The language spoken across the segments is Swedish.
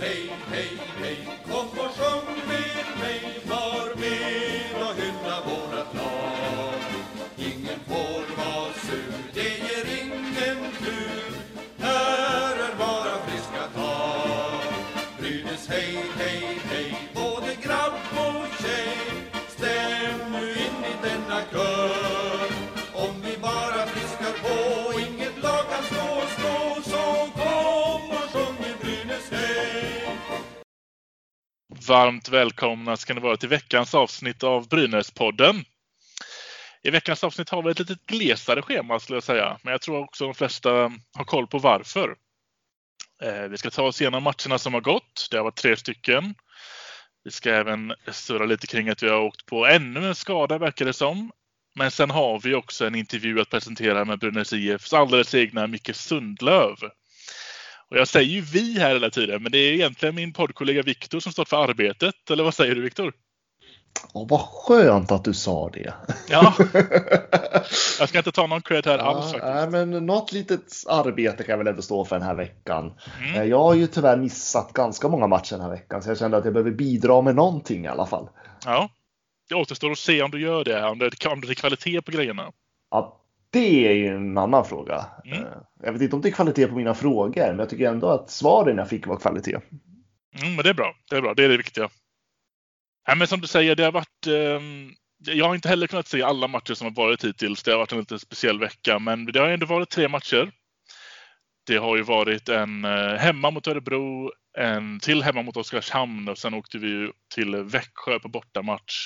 hej, hej, hej. Kom och sjung med mig, var med och hylla vårat lag. Ingen får vara sur, det ger ingen tur. Här är bara friska tag. Brynäs hej, hej, hej, både grabb och tjej. Stäm nu in i denna kör. Om vi bara friskar på, inget lag kan slå, så kom och sjung med Brynäs hej. Varmt välkomna ska ni vara till veckans avsnitt av Brynäspodden. I veckans avsnitt har vi ett lite glesare schema skulle jag säga. Men jag tror också de flesta har koll på varför. Vi ska ta oss igenom matcherna som har gått. Det har varit 3 stycken. Vi ska även surra lite kring att vi har åkt på ännu en skada verkar det som. Men sen har vi också en intervju att presentera med Brynäs IFs alldeles egna Micke Sundlöv. Och jag säger ju vi här hela tiden, men det är egentligen min poddkollega Viktor som står för arbetet. Eller vad säger du, Viktor? Åh, vad skönt att du sa det. Ja, jag ska inte ta någon cred här alls faktiskt. Nej, men något litet arbete kan jag väl ändå stå för den här veckan. Jag har ju tyvärr missat ganska många matcher den här veckan, så jag kände att jag behöver bidra med någonting i alla fall. Ja, det återstår att se om du gör det, om det är kvalitet på grejerna. Ja, det är ju en annan fråga. Jag vet inte om det är kvalitet på mina frågor, men jag tycker ändå att svaren jag fick var kvalitet. Men det är bra, det är det viktiga. Ja, men som du säger, det har varit... jag har inte heller kunnat se alla matcher som har varit hittills. Det har varit en lite speciell vecka, men det har ändå varit 3 matcher. Det har ju varit en hemma mot Örebro, en till hemma mot Oskarshamn och sen åkte vi ju till Växjö på bortamatch.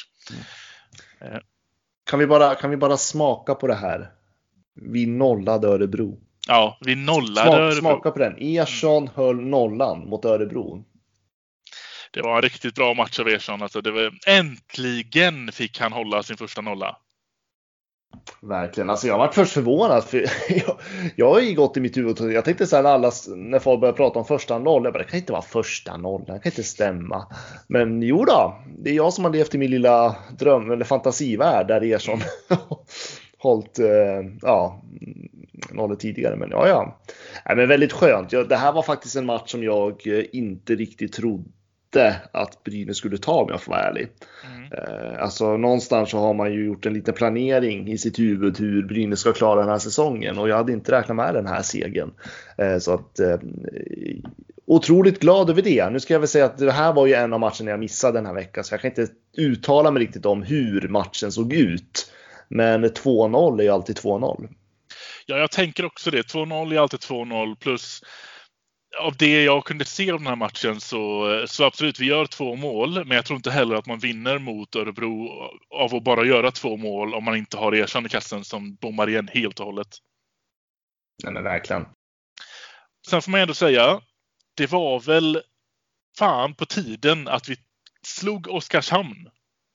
Kan vi bara smaka på det här? Vi nollade Örebro. Ja, vi nollade Örebro. Smaka på den. Ersson höll nollan mot Örebro. Det var en riktigt bra match av Ersson. Alltså äntligen fick han hålla sin första nolla. Verkligen. Alltså jag har varit först förvånad. För jag har ju gått i mitt huvud. Jag tänkte så här när folk började prata om första noll. Jag bara, det kan inte vara första noll. Det kan inte stämma. Men jo då. Det är jag som har levt i min lilla dröm eller fantasivärld där Ersson hållit nollet tidigare. Men ja. Men väldigt skönt. Det här var faktiskt en match som jag inte riktigt trodde att Brynäs skulle ta, om jag får vara ärlig. Alltså någonstans så har man ju gjort en liten planering i sitt huvud hur Brynäs ska klara den här säsongen, och jag hade inte räknat med den här segern. Så att otroligt glad över det. Nu ska jag väl säga att det här var ju en av matcherna jag missade den här veckan, så jag kan inte uttala mig riktigt om hur matchen såg ut. Men 2-0 är ju alltid 2-0. Ja, jag tänker också det. 2-0 är alltid 2-0 plus... Av det jag kunde se av den här matchen så absolut, vi gör 2 mål. Men jag tror inte heller att man vinner mot Örebro av att bara göra 2 mål om man inte har Ersson i kassen som bommar igen helt och hållet. Nej, men verkligen. Sen får man ändå säga, det var väl fan på tiden att vi slog Oskarshamn.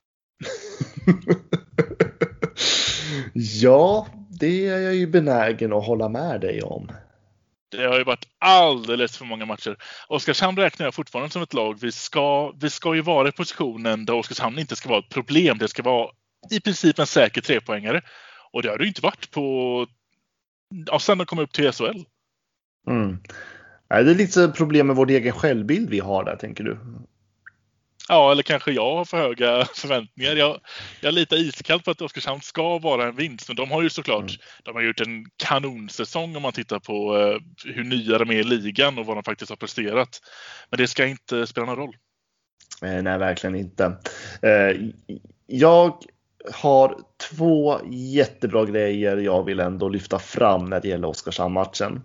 Ja, det är jag ju benägen att hålla med dig om. Det har ju varit alldeles för många matcher. Oskarshamn räknar jag fortfarande som ett lag. Vi ska ju vara i positionen där Oskarshamn inte ska vara ett problem. Det ska vara i princip en säker 3-poängare. Och det har det ju inte varit på... Ja, sen de kom upp till SHL. Det är lite problem med vår egen självbild vi har där, tänker du? Ja, eller kanske jag har för höga förväntningar. Jag litar iskallt på att Oskarshamn ska vara en vinst. Men de har ju såklart de har gjort en kanonsäsong om man tittar på hur nya de är i ligan och vad de faktiskt har presterat. Men det ska inte spela någon roll. Nej, verkligen inte. Jag har 2 jättebra grejer jag vill ändå lyfta fram när det gäller Oskarshamn-matchen.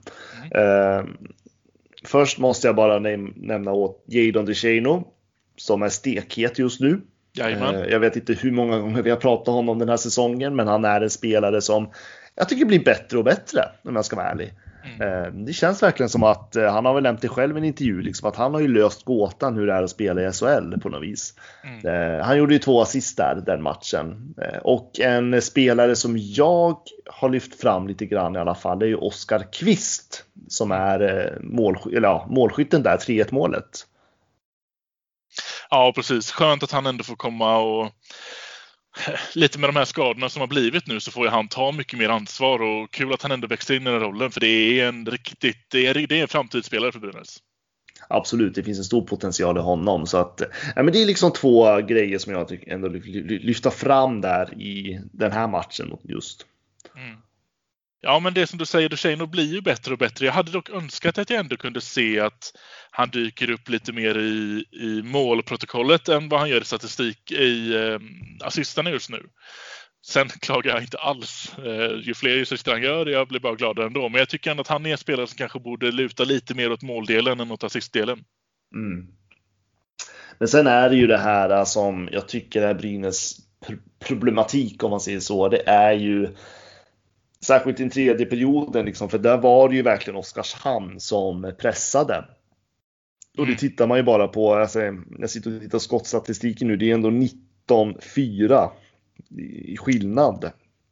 Först måste jag bara nämna åt Jadon DeShano, som är stekhet just nu. Jag vet inte hur många gånger vi har pratat om honom den här säsongen, men han är en spelare som jag tycker blir bättre och bättre, om jag ska vara ärlig. Det känns verkligen som att han har väl nämnt det själv i en intervju, liksom, att han har ju löst gåtan hur det är att spela i SHL på något vis. Han gjorde ju 2 assist där den matchen. Och en spelare som jag har lyft fram lite grann i alla fall, det är ju Oskar Kvist, som är målskytten där, 3-1 målet. Ja, precis. Skönt att han ändå får komma och lite med de här skadorna som har blivit nu så får ju han ta mycket mer ansvar, och kul att han ändå växer in i den rollen, för det är en framtidsspelare för Brynäs. absolut, det finns en stor potential i honom. Så att, men det är liksom två grejer som jag tycker ändå lyfta fram där i den här matchen just. Mm. Ja, men det som du säger, Duchesne blir ju bättre och bättre. Jag hade dock önskat att jag ändå kunde se att han dyker upp lite mer i målprotokollet än vad han gör i statistik i assisterna just nu. Sen klagar jag inte alls. Ju fler assister han gör, jag blir bara gladare ändå. Men jag tycker ändå att han är en spelare som kanske borde luta lite mer åt måldelen än åt assistdelen. Mm. Men sen är det ju det här som jag tycker är Brynäs problematik, om man säger så. Det är ju särskilt i den tredje perioden, liksom, för där var det ju verkligen Oskarshamn som pressade. Och det tittar man ju bara på, alltså, jag sitter och tittar på skottstatistiken nu, det är ändå 19-4 i skillnad.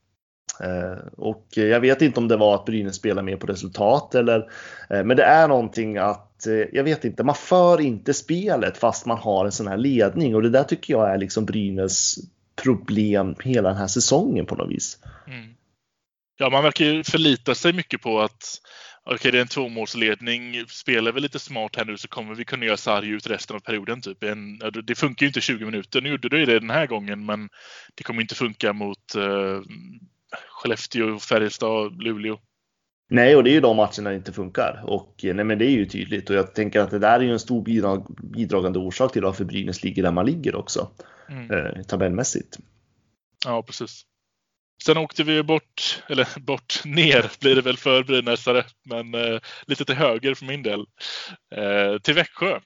Och jag vet inte om det var att Brynäs spelar mer på resultat eller, men det är någonting att, jag vet inte, man för inte spelet fast man har en sån här ledning, och det där tycker jag är liksom Brynäs problem hela den här säsongen på något vis. Mm. Ja, man verkar ju förlita sig mycket på att okej, det är en 2-målsledning. Spelar vi lite smart här nu så kommer vi kunna göra sarg ut resten av perioden. Typ. Det funkar ju inte 20 minuter. Nu gjorde det den här gången, men det kommer inte funka mot Skellefteå, Färjestad, Luleå. Nej, och det är ju de matcherna det inte funkar. Och nej, men det är ju tydligt. Och jag tänker att det där är ju en stor bidragande orsak till varför Brynäs ligger där man ligger också. Tabellmässigt. Ja, precis. Sen åkte vi bort ner blir det väl för Brynäsare, men lite till höger för min del. Till Växjö.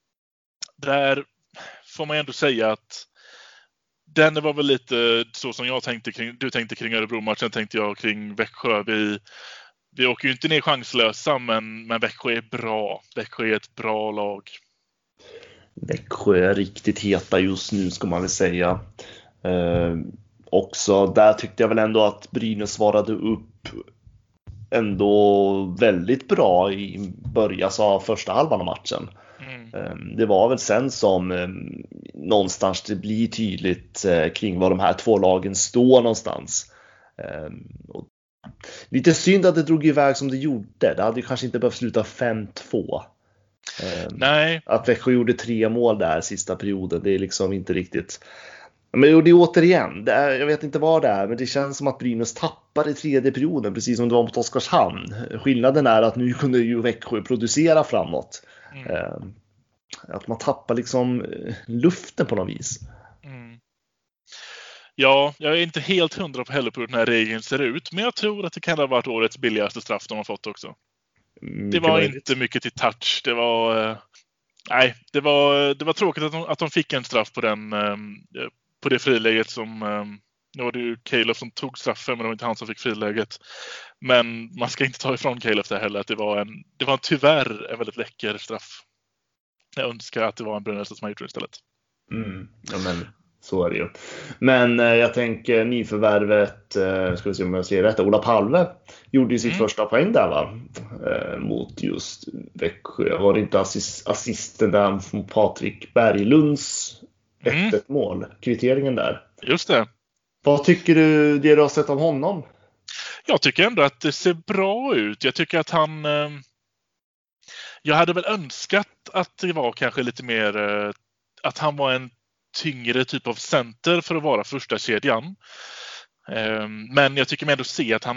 Där får man ändå säga att den var väl lite så som jag tänkte kring, du tänkte kring Örebro-matchen, tänkte jag kring Växjö. Vi åker ju inte ner chanslösa, men Växjö är bra. Växjö är ett bra lag. Växjö är riktigt heta just nu, ska man väl säga. Också där tyckte jag väl ändå att Brynäs svarade upp ändå väldigt bra i början av första halvan av matchen. Det var väl sen som någonstans det blir tydligt kring vad de här två lagen står någonstans. Och lite synd att det drog iväg som det gjorde. Det hade ju kanske inte behövt sluta 5-2. Nej. Att Växjö gjorde 3 mål där sista perioden, det är liksom inte riktigt. Men det är återigen, jag vet inte vad det är, men det känns som att Brynäs tappar i tredje perioden, precis som det var mot Oskarshamn. Skillnaden är att nu kunde ju Växjö producera framåt. Att man tappar liksom luften på något vis. Ja, jag är inte helt 100 på heller på hur den här regeln ser ut, men jag tror att det kan ha varit årets billigaste straff de har fått också. Det var inte mycket till touch. Det var det var tråkigt att de fick en straff på den på det friläget som nu var det ju Calof som tog straffen, men det var inte han som fick friläget. Men man ska inte ta ifrån Calof det heller att det var tyvärr en väldigt läcker straff. Jag önskar att det var en Brynäs som gjorde det istället. Ja, men så är det ju. Men jag tänker nyförvärvet, ska vi se om jag ser rätt, Ola Palve gjorde ju sitt första poäng där, va? Mot just Växjö. Var det inte assisten där från Patrik Berglunds 1-1 mål, kvitteringen där? Just det. Vad tycker du det du har sett av honom? Jag tycker ändå att det ser bra ut. Jag tycker att han... Jag hade väl önskat att det var kanske lite mer... Att han var en tyngre typ av center för att vara första kedjan. Men jag tycker mig ändå se att han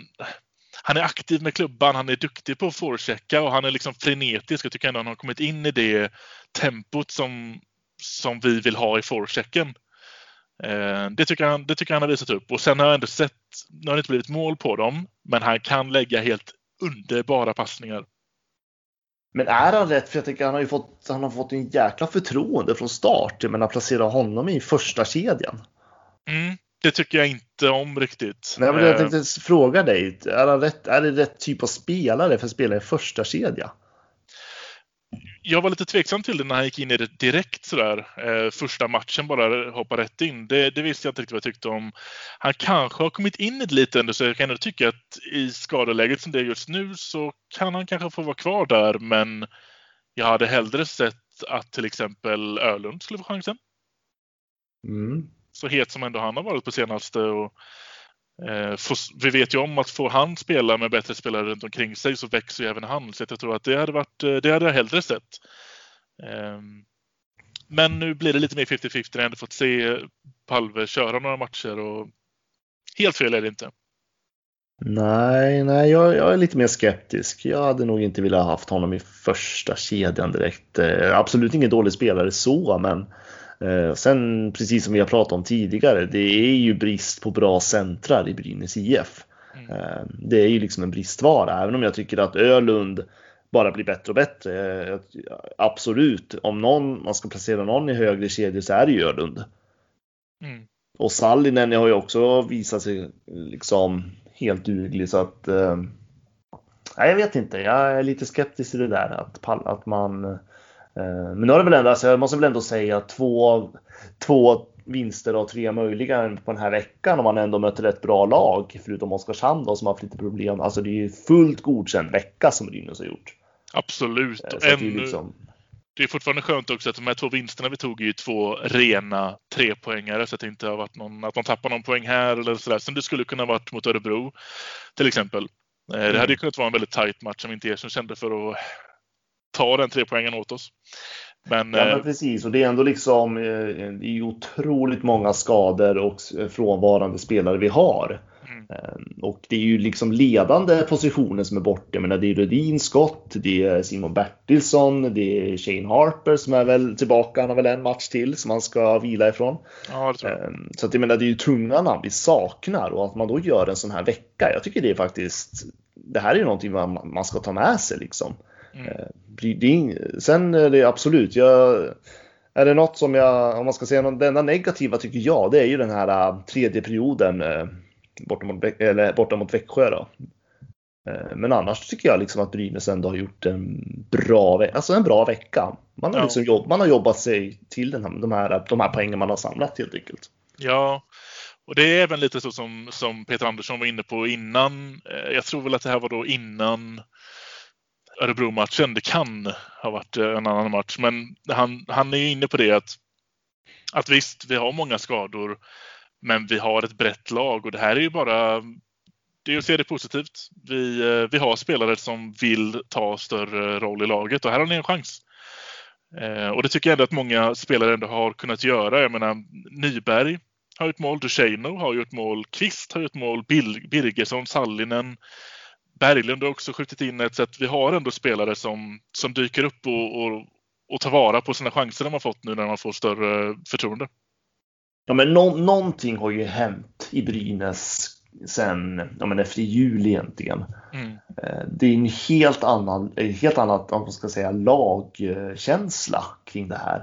är aktiv med klubban, han är duktig på att forechecka och han är liksom frenetisk. Jag tycker ändå att han har kommit in i det tempot som vi vill ha i forechecken. Det tycker han har visat upp. Och sen har jag ändå sett, nu har det inte blivit mål på dem, men han kan lägga helt underbara passningar. Men är han rätt? För jag tycker han har fått en jäkla förtroende från start. Men att placera honom i första kedjan. Det tycker jag inte om riktigt. Nej, men jag tänkte fråga dig. Är det rätt typ av spelare för att spela i första kedja? Jag var lite tveksam till det när han gick in i det direkt sådär. Första matchen bara hoppa rätt in. Det visste jag inte riktigt vad jag tyckte om. Han kanske har kommit in i det lite ändå, så jag kan ändå tycka att i skadeläget som det är just nu så kan han kanske få vara kvar där. Men jag hade hellre sett att till exempel Öhlund skulle få chansen. Så het som ändå han har varit på senaste. Och Vi vet ju om att får han spela med bättre spelare runt omkring sig så växer ju även han. Så jag tror att det hade jag hellre sett. Men nu blir det lite mer 50-50. Jag har ändå fått se Palve köra några matcher och helt fel är det inte. Nej, jag är lite mer skeptisk. Jag hade nog inte velat ha haft honom i första kedjan direkt. Absolut ingen dålig spelare så, men sen precis som vi har pratat om tidigare, det är ju brist på bra centrar i Brynäs IF. Det är ju liksom en bristvara, även om jag tycker att Ölund bara blir bättre och bättre. Absolut, om man ska placera någon i högre kedjor så är det ju Ölund. Och Sallinen har ju också visat sig liksom helt duglig, så att jag vet inte, jag är lite skeptisk till det där att man men nu är det väl ändå, alltså jag måste väl ändå säga två vinster av 3 möjliga på den här veckan, om man ändå möter ett bra lag förutom Oskarshamn då, som har haft lite problem. Alltså det är ju fullt godkänd vecka som Brynäs har gjort. Absolut. Det är fortfarande skönt också att de här 2 vinsterna vi tog är ju 2 rena 3-poängare, så att det inte har varit att man tappar någon poäng här eller sådär, som det skulle kunna varit mot Örebro till exempel. Det hade ju kunnat vara en väldigt tight match som inte Ersson kände för att ta den 3-poängen åt oss. Men precis, och det är ändå liksom det är otroligt många skador och frånvarande spelare vi har. Och det är ju liksom ledande positioner som är borta. Men det är Rödin Scott, det är Simon Bertilsson, det är Shane Harper som är väl tillbaka. Han har väl en match till som man ska vila ifrån. Ja, det tror jag. Så att jag menar, det är ju tunga namn vi saknar, och att man då gör en sån här vecka, jag tycker det är faktiskt, det här är ju någonting man ska ta med sig liksom. Sen är det absolut, är det något som om man ska säga något, det enda negativa tycker jag, det är ju den här tredje perioden borta mot Växjö då. Men annars tycker jag liksom att Brynäs ändå har gjort en bra vecka. Man har liksom man har jobbat sig till de här poängen man har samlat helt enkelt. Ja, och det är även lite så som Peter Andersson var inne på innan. Jag tror väl att det här var då innan Örebro-matchen. Det kan ha varit en annan match, men han är ju inne på det att visst, vi har många skador, men vi har ett brett lag, och det här är ju bara, det är att se det positivt. Vi har spelare som vill ta större roll i laget, och här har ni en chans. Och det tycker jag ändå att många spelare ändå har kunnat göra. Jag menar, Nyberg har gjort mål, Duchesneau har gjort mål, Kvist har gjort mål, Birgersson, Sallinen, Berglund har också skjutit in ett sätt. Vi har ändå spelare som dyker upp och tar vara på sina chanser de har fått nu när man får större förtroende. Ja, men någonting har ju hänt i Brynäs sen efter jul egentligen. Det är en helt annat om man ska säga lagkänsla kring det här.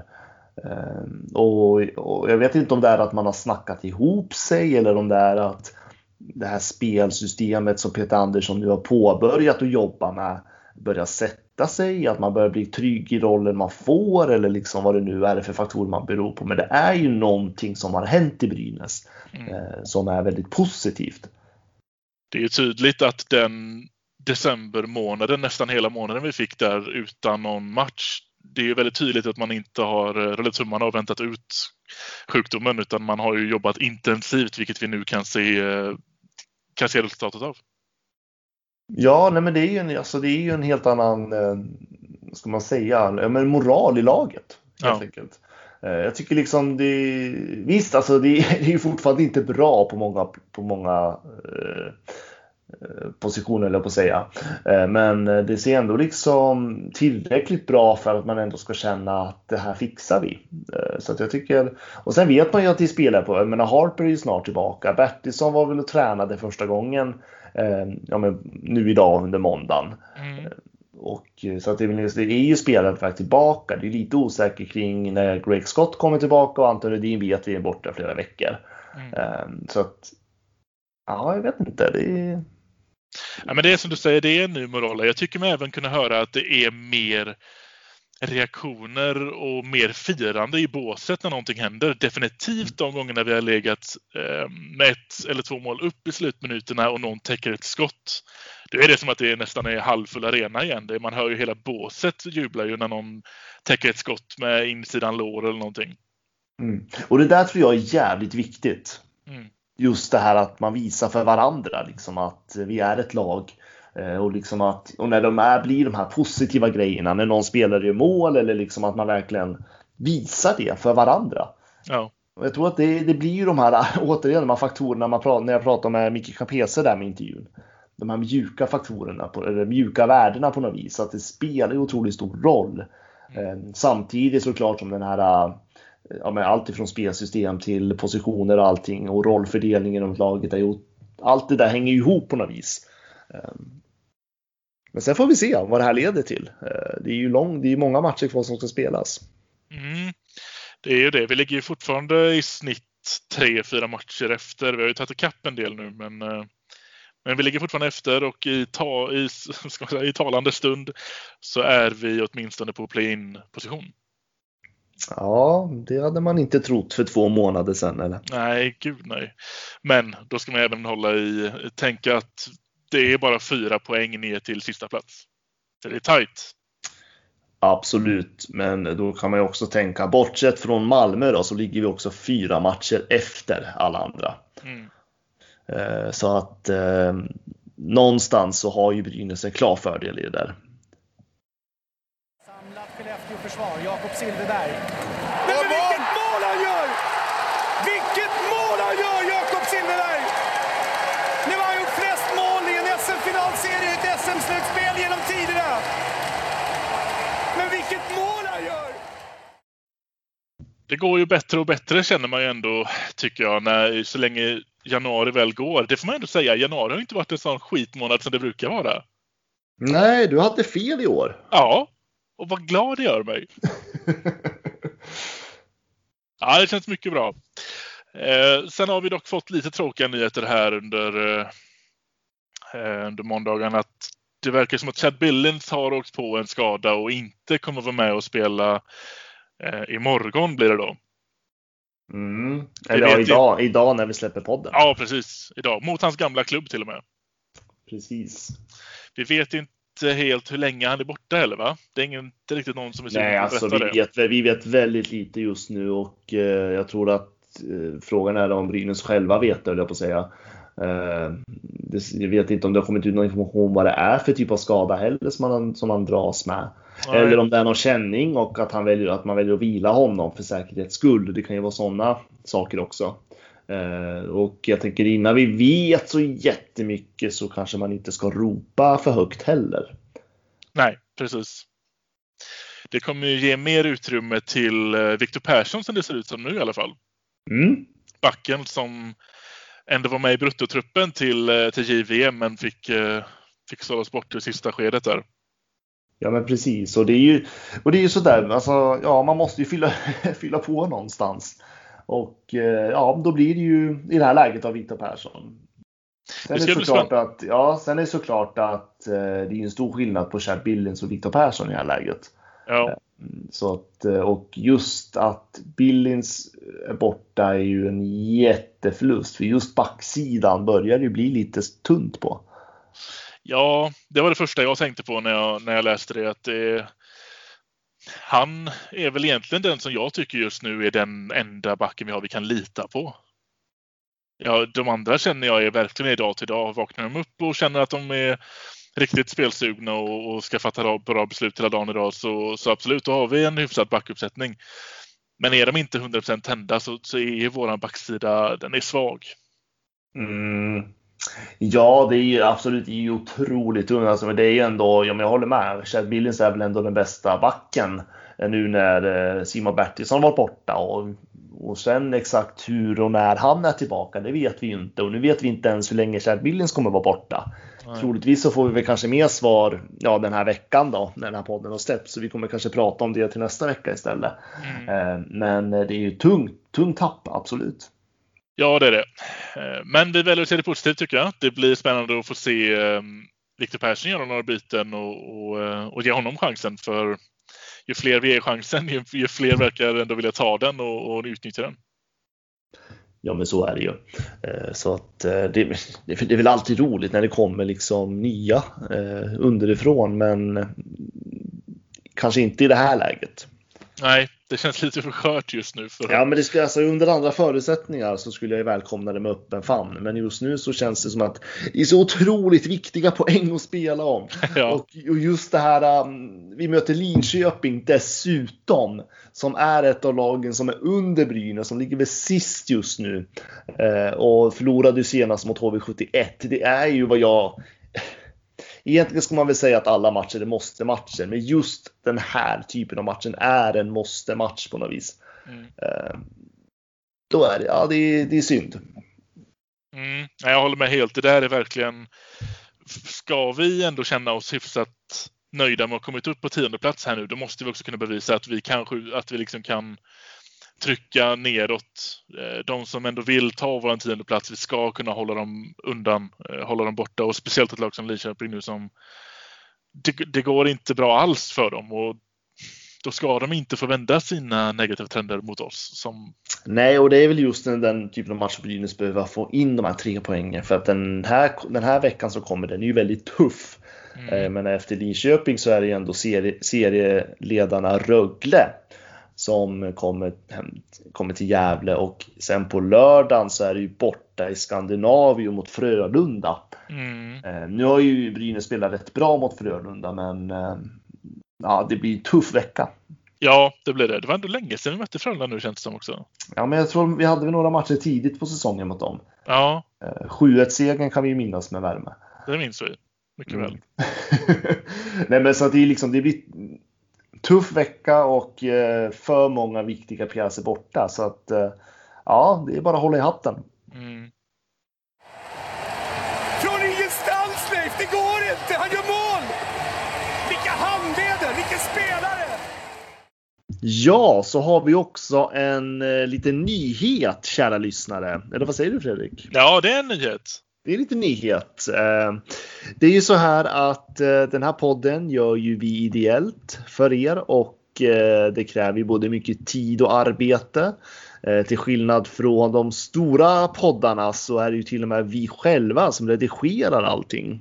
Och jag vet inte om det är att man har snackat ihop sig, eller om det är att det här spelsystemet som Peter Andersson nu har påbörjat att jobba med börjar sätta sig, att man börjar bli trygg i rollen man får, eller liksom vad det nu är för faktorer man beror på. Men det är ju någonting som har hänt i Brynäs som är väldigt positivt. Det är ju tydligt att den decembermånaden, nästan hela månaden vi fick där utan någon match, det är ju väldigt tydligt att man inte har rullat tummarna och väntat ut sjukdomen, utan man har ju jobbat intensivt, vilket vi nu kan se resultatet av. Ja, nej, men det är ju en helt annan, ska man säga, moral i laget helt enkelt. Jag tycker liksom visst, alltså det är ju fortfarande inte bra på många positioner, eller på att säga. Men det ser ändå liksom tillräckligt bra för att man ändå ska känna att det här fixar vi. Så att jag tycker, och sen vet man ju att de spelar på, men Harper är ju snart tillbaka. Bertilsson var väl och tränade första gången nu idag under måndagen. Och så att det är ju spelare på väg tillbaka. Det är lite osäker kring när Greg Scott kommer tillbaka, och Anton Rödin vet vi är borta flera veckor. Så att jag vet inte, Ja, men det är som du säger, det är en ny moral. Jag tycker mig även kunna höra att det är mer reaktioner och mer firande i båset när någonting händer. Definitivt de gångerna vi har legat med 1 eller 2 mål upp i slutminuterna och någon täcker ett skott. Då är det som att det nästan är halvfull arena igen. Man hör ju hela båset jublar ju när någon täcker ett skott med insidan lår eller någonting. Och det där tror jag är jävligt viktigt. just det här att man visar för varandra liksom att vi är ett lag. Och, liksom och när blir de här positiva grejerna, när någon spelar i mål, eller liksom att man verkligen visar det för varandra. Ja. Och jag tror att det blir ju de här, återigen, de här faktorerna när jag pratar med Micke Capese där med intervjun. De här mjuka faktorerna, eller mjuka värdena på något vis, att det spelar ju otroligt stor roll. Samtidigt såklart som den här, allt ifrån spelsystem till positioner och allting, och rollfördelningen om laget är ju, allt det där hänger ju ihop på något vis. Men sen får vi se vad det här leder till. Det är ju många matcher kvar som ska spelas. Det är ju det. Vi ligger ju fortfarande i snitt 3-4 matcher efter. Vi har ju tagit ikapp en del nu, men vi ligger fortfarande efter, och i talande stund så är vi åtminstone på play-in-position. Ja, det hade man inte trott för 2 månader sedan, eller? Nej, gud nej. Men då ska man även tänka att det är bara 4 poäng ner till sista plats. Så det är tajt. Absolut, men då kan man ju också tänka, bortsett från Malmö då, så ligger vi också 4 matcher efter alla andra. Så att någonstans så har ju Brynäs en klar fördel i det där. Samlat Skellefteå-försvar, Jakob Silfverberg. Men vilket mål han gör! Vilket mål han gör, Jakob Silfverberg! Nu har han gjort flest mål i en SM-finalserie, ett SM-slutspel genom tiderna. Men vilket mål han gör! Det går ju bättre och bättre, känner man ju ändå, tycker jag, så länge januari väl går. Det får man ändå säga, januari har inte varit en sån skitmånad som det brukar vara. Nej, du hade fel i år. Ja, och vad glad det gör mig. Ja, det känns mycket bra. Sen har vi dock fått lite tråkiga nyheter här under måndagen, att det verkar som att Chad Billings har åkt på en skada och inte kommer vara med och spela imorgon blir det då. Eller idag när vi släpper podden. Ja, precis. Idag. Mot hans gamla klubb till och med. Precis. Vi vet inte helt hur länge han är borta heller, va? Det är inte riktigt någon som är Nej, alltså vi vet väldigt lite just nu, och jag tror att frågan är om Brynäs själva vet det, höll jag på att säga. Jag vet inte om det har kommit ut någon information vad det är för typ av skada heller som man dras med. Nej. Eller om det är någon känning och att man väljer att vila honom för säkerhets skull. Det kan ju vara sådana saker också. Och jag tänker, innan vi vet så jättemycket så kanske man inte ska ropa för högt heller. Nej, precis. Det kommer ju ge mer utrymme till Victor Persson som det ser ut som nu i alla fall. Backen som ändå var med i bruttotruppen till JVM, men fick sållas bort i sista skedet där. Ja, men precis. Och det är ju sådär, alltså, ja, man måste ju fylla på någonstans. Och ja, då blir det ju i det här läget av Victor Persson. Sen är det såklart att det är en stor skillnad på Chad Billings och Victor Persson i det här läget. Ja. Så att, och just att Billings är borta är ju en jätteförlust, för just backsidan börjar ju bli lite tunt på. Ja, det var det första jag tänkte på när jag läste det, att han är väl egentligen den som jag tycker just nu är den enda backen vi kan lita på. Ja, de andra känner jag är verkligen idag till dag. Vaknar de upp och känner att de är riktigt spelsugna och ska fatta bra beslut hela dagen idag, så absolut, då har vi en hyfsad backuppsättning. Men är de inte 100% tända så är våran backsida, den är svag. Ja, det är ju absolut otroligt tungt. Alltså, men det är ju ändå, jag håller med. Chad Billings är väl ändå den bästa backen nu när Simon Bertilsson var borta. Och sen exakt hur och när han är tillbaka, det vet vi ju inte. Och nu vet vi inte ens hur länge Chad Billings kommer vara borta. Nej. Troligtvis så får vi väl kanske mer svar den här veckan då, när den här podden har släppts. Så vi kommer kanske prata om det till nästa vecka istället. Men det är ju tungt tapp, absolut. Ja, det är det. Men vi väljer att se det positivt, tycker jag. Det blir spännande att få se Victor Persson göra några byten och ge honom chansen. För ju fler vi ger chansen, ju fler verkar ändå vilja ta den och utnyttja den. Ja, men så är det ju. Så att det är väl alltid roligt när det kommer liksom nya underifrån, men kanske inte i det här läget. Nej, Det känns lite för skört just nu. Ja, men det ska, alltså, under andra förutsättningar så skulle jag välkomna det med öppen famn. Men just nu så känns det som att det är så otroligt viktiga poäng att spela om. Ja. Och just det här, vi möter Linköping dessutom, som är ett av lagen som är under Brynäs, som ligger väl sist just nu. Och förlorade ju senast mot HV71. Det är ju vad jag... Egentligen ska man väl säga att alla matcher är måste-matcher. Men just den här typen av matchen är en måste-match på något vis. Då är det, ja, det är synd. Jag håller med helt. Det där är verkligen... Ska vi ändå känna oss hyfsat nöjda med att komma upp på 10:e plats här nu, då måste vi också kunna bevisa att vi liksom kan trycka neråt. De som ändå vill ta vår 10:e plats, vi ska kunna hålla dem undan, hålla dem borta. Och speciellt ett lag som Linköping nu som det går inte bra alls för dem. Och då ska de inte få vända sina negativa trender mot oss. Nej, och det är väl just den typen av match Brynäs behöver få in de här 3 poängen. För att den här veckan så kommer den ju väldigt tuff. Men efter Linköping så är det ju ändå serieledarna Rögle som kommer till Gävle, och sen på lördagen så är det ju borta i Skandinavien mot Frölunda. Nu har ju Brynäs spelat rätt bra mot Frölunda, men ja, det blir en tuff vecka. Ja, det blir det. Det var ändå länge sedan vi mötte Frölunda nu, känns det som också. Ja, men jag tror vi hade väl några matcher tidigt på säsongen mot dem. Ja. 7-1-segern kan vi ju minnas med värme. Det minns vi. Mycket väl. Nej, men så att det blir tuff vecka och för många viktiga pjäser borta. Så att ja, det är bara att hålla i hatten. Från ingenstans, Leif, det går inte. Han gör mål. Vilka handleder, vilken spelare. Ja, så har vi också en liten nyhet, kära lyssnare. Eller vad säger du, Fredrik? Ja, det är en nyhet. Det är lite nyhet. Det är ju så här att den här podden gör ju vi ideellt för er, och det kräver ju både mycket tid och arbete. Till skillnad från de stora poddarna så är det ju till och med vi själva som redigerar allting.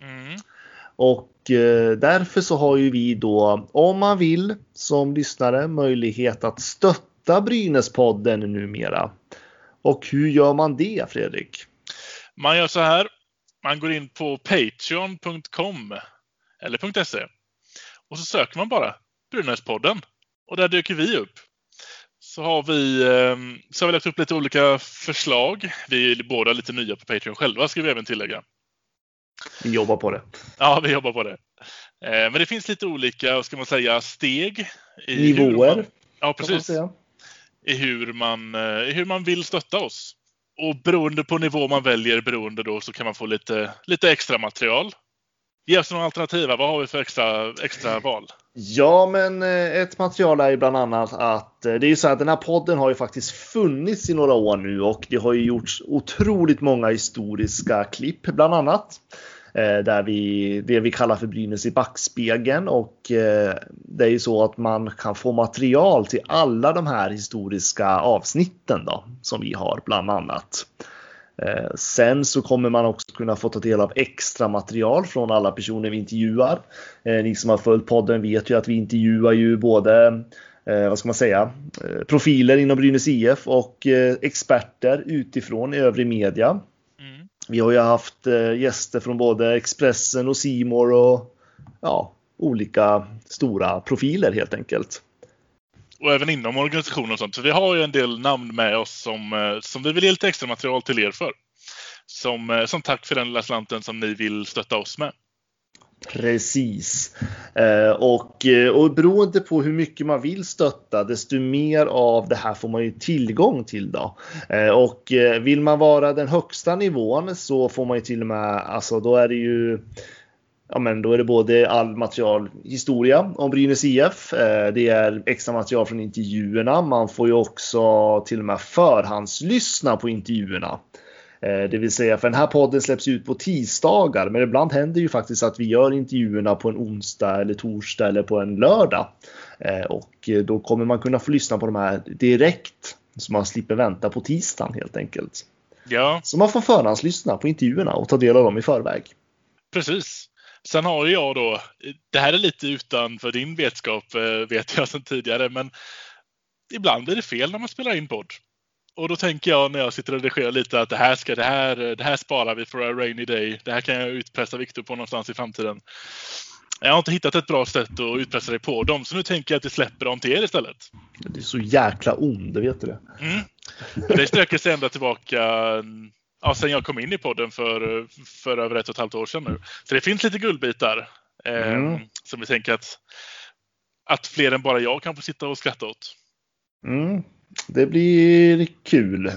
Och därför så har ju vi då, om man vill som lyssnare, möjlighet att stötta Brynäspodden numera. Och hur gör man det, Fredrik? Man gör så här. Man går in på patreon.com eller .se och så söker man bara Brynäspodden, och där dyker vi upp. Så har vi lagt upp lite olika förslag. Vi är båda lite nya på Patreon själva, ska vi även tillägga. Vi jobbar på det. Ja, vi jobbar på det. Men det finns lite olika, ska man säga, steg i nivåer. Ja, precis. I hur man vill stötta oss. Och beroende på nivå man väljer, då så kan man få lite extra material. Ge oss några alternativa. Vad har vi för extra val? Ja, men ett material är ju bland annat att det är ju så att den här podden har ju faktiskt funnits i några år nu, och det har ju gjorts otroligt många historiska klipp bland annat. Där det vi kallar för Brynäs i backspegeln, och det är ju så att man kan få material till alla de här historiska avsnitten då, som vi har bland annat. Sen så kommer man också kunna få ta del av extra material från alla personer vi intervjuar. Ni som har följt podden vet ju att vi intervjuar ju både profiler inom Brynäs IF och experter utifrån övrig media. Vi har ju haft gäster från både Expressen och C More och olika stora profiler helt enkelt. Och även inom organisationen och sånt. Så vi har ju en del namn med oss som vi vill ge lite extra material till er för. Som tack för den lilla slanten som ni vill stötta oss med. Precis. Och beroende på hur mycket man vill stötta, desto mer av det här får man ju tillgång till då. Och vill man vara den högsta nivån så får man ju till och med, alltså då är det ju, ja men då är det både all material, historia om Brynäs IF, det är extra material från intervjuerna, man får ju också till och med förhandslyssna på intervjuerna. Det vill säga, för den här podden släpps ut på tisdagar, men ibland händer ju faktiskt att vi gör intervjuerna på en onsdag eller torsdag eller på en lördag. Och då kommer man kunna få lyssna på de här direkt, så man slipper vänta på tisdagen helt enkelt. Ja. Så man får förhandslyssna på intervjuerna och ta del av dem i förväg. Precis. Sen har jag då, det här är lite utanför din vetskap, vet jag sedan tidigare, men ibland blir det fel när man spelar in podd. Och då tänker jag när jag sitter och redigerar lite att det här sparar vi för a rainy day. Det här kan jag utpressa Victor på någonstans i framtiden. Jag har inte hittat ett bra sätt att utpressa det på dem. Så nu tänker jag att det släpper dem till er istället. Det är så jäkla ond, vet du det? Det sträcker sig ända tillbaka sen jag kom in i podden för över 1,5 år sedan nu. Så det finns lite guldbitar som vi tänker att fler än bara jag kan få sitta och skratta åt. Det blir kul.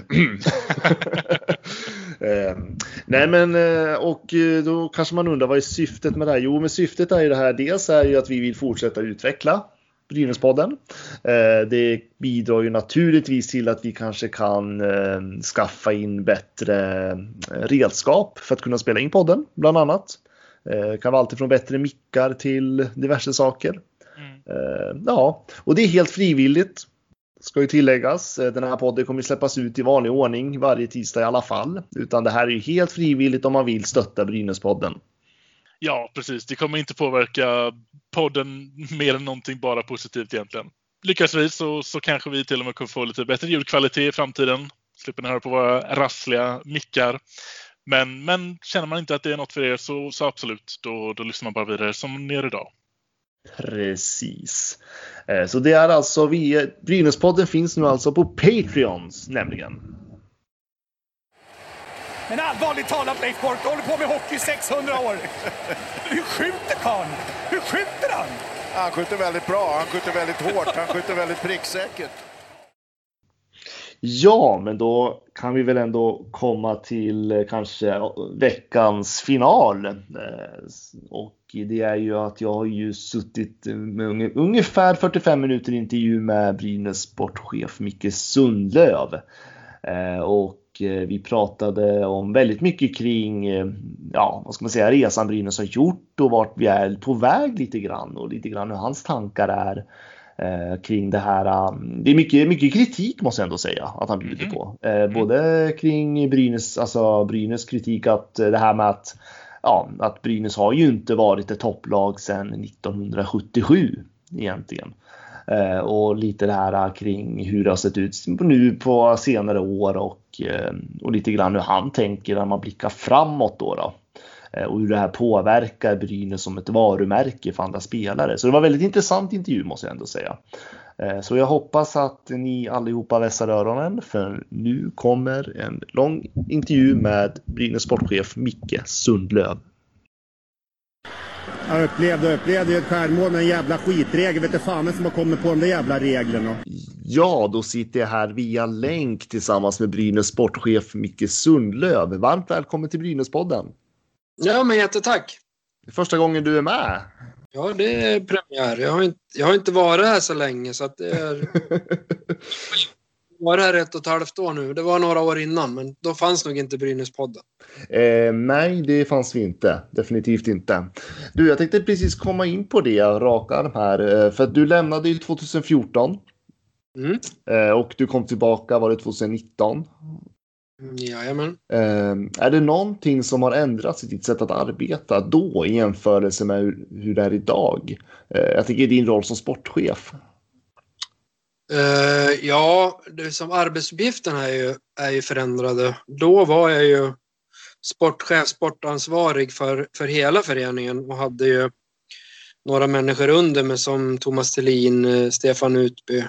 Nej men, och då kanske man undrar vad är syftet med det här? Jo, men syftet är ju det här. Dels är ju att vi vill fortsätta utveckla Brynäspodden. Det bidrar ju naturligtvis till att vi kanske kan skaffa in bättre redskap för att kunna spela in podden, bland annat. Kan vara alltid från bättre mickar till diverse saker. Ja, och det är helt frivilligt. Ska ju tilläggas, den här podden kommer släppas ut i vanlig ordning varje tisdag i alla fall. Utan det här är ju helt frivilligt om man vill stötta Brynäspodden. Ja, precis. Det kommer inte påverka podden mer än någonting bara positivt egentligen. Lyckas vi så kanske vi till och med kommer få lite bättre ljudkvalitet i framtiden. Slipper ni höra på våra rassliga mickar. Men känner man inte att det är något för er så absolut. Då lyssnar man bara vidare som ni är idag. Precis. Så det är alltså Brynäspodden finns nu alltså på Patreons nämligen. Men allvarligt talat, Leif Boork, håller på med hockey 600 år. Hur skjuter karln? Hur skjuter han? Han skjuter väldigt bra, han skjuter väldigt hårt, han skjuter väldigt pricksäkert. Ja, men då kan vi väl ändå komma till kanske veckans final. Och det är ju att jag har ju suttit med ungefär 45 minuter intervju med Brynäs sportchef Micke Sundlöv. Och vi pratade om väldigt mycket kring, vad ska man säga, resan Brynäs har gjort och vart vi är på väg lite grann. Och lite grann hur hans tankar är kring det här. Det är mycket kritik måste jag ändå säga att han bjuder på. Både kring Brynäs kritik att det här med att Brynäs har ju inte varit ett topplag sedan 1977 egentligen. Och lite det här kring hur det har sett ut nu på senare år och lite grann hur han tänker när man blickar framåt då. Och hur det här påverkar Brynäs som ett varumärke för andra spelare. Så det var en väldigt intressant intervju måste jag ändå säga. Så jag hoppas att ni allihopa vässar öronen, för nu kommer en lång intervju med Brynäs sportchef Micke Sundlöv. Jag upplevde ett skärmål med en jävla skitregel. Vet du fan som har kommit på de där jävla reglerna. Ja, då sitter jag här via länk tillsammans med Brynäs sportchef Micke Sundlöv. Varmt välkommen till Brynäspodden. Ja, men jättetack. Det är första gången du är med. Ja, det är premiär. Jag har inte varit här så länge så att det är... Jag var här 1,5 år nu. Det var några år innan, men då fanns nog inte Brynäspodden. Nej, det fanns vi inte. Definitivt inte. Du, jag tänkte precis komma in på det raka här. För att du lämnade ju 2014. Och du kom tillbaka, var det 2019? Jajamän. Är det någonting som har ändrats i ditt sätt att arbeta då i jämförelse med hur det är idag? Jag tänker din roll som sportchef. Ja, det som arbetsuppgiften är ju förändrade. Då var jag ju sportchef, sportansvarig för hela föreningen och hade ju några människor under mig som Thomas Thelin, Stefan Utby.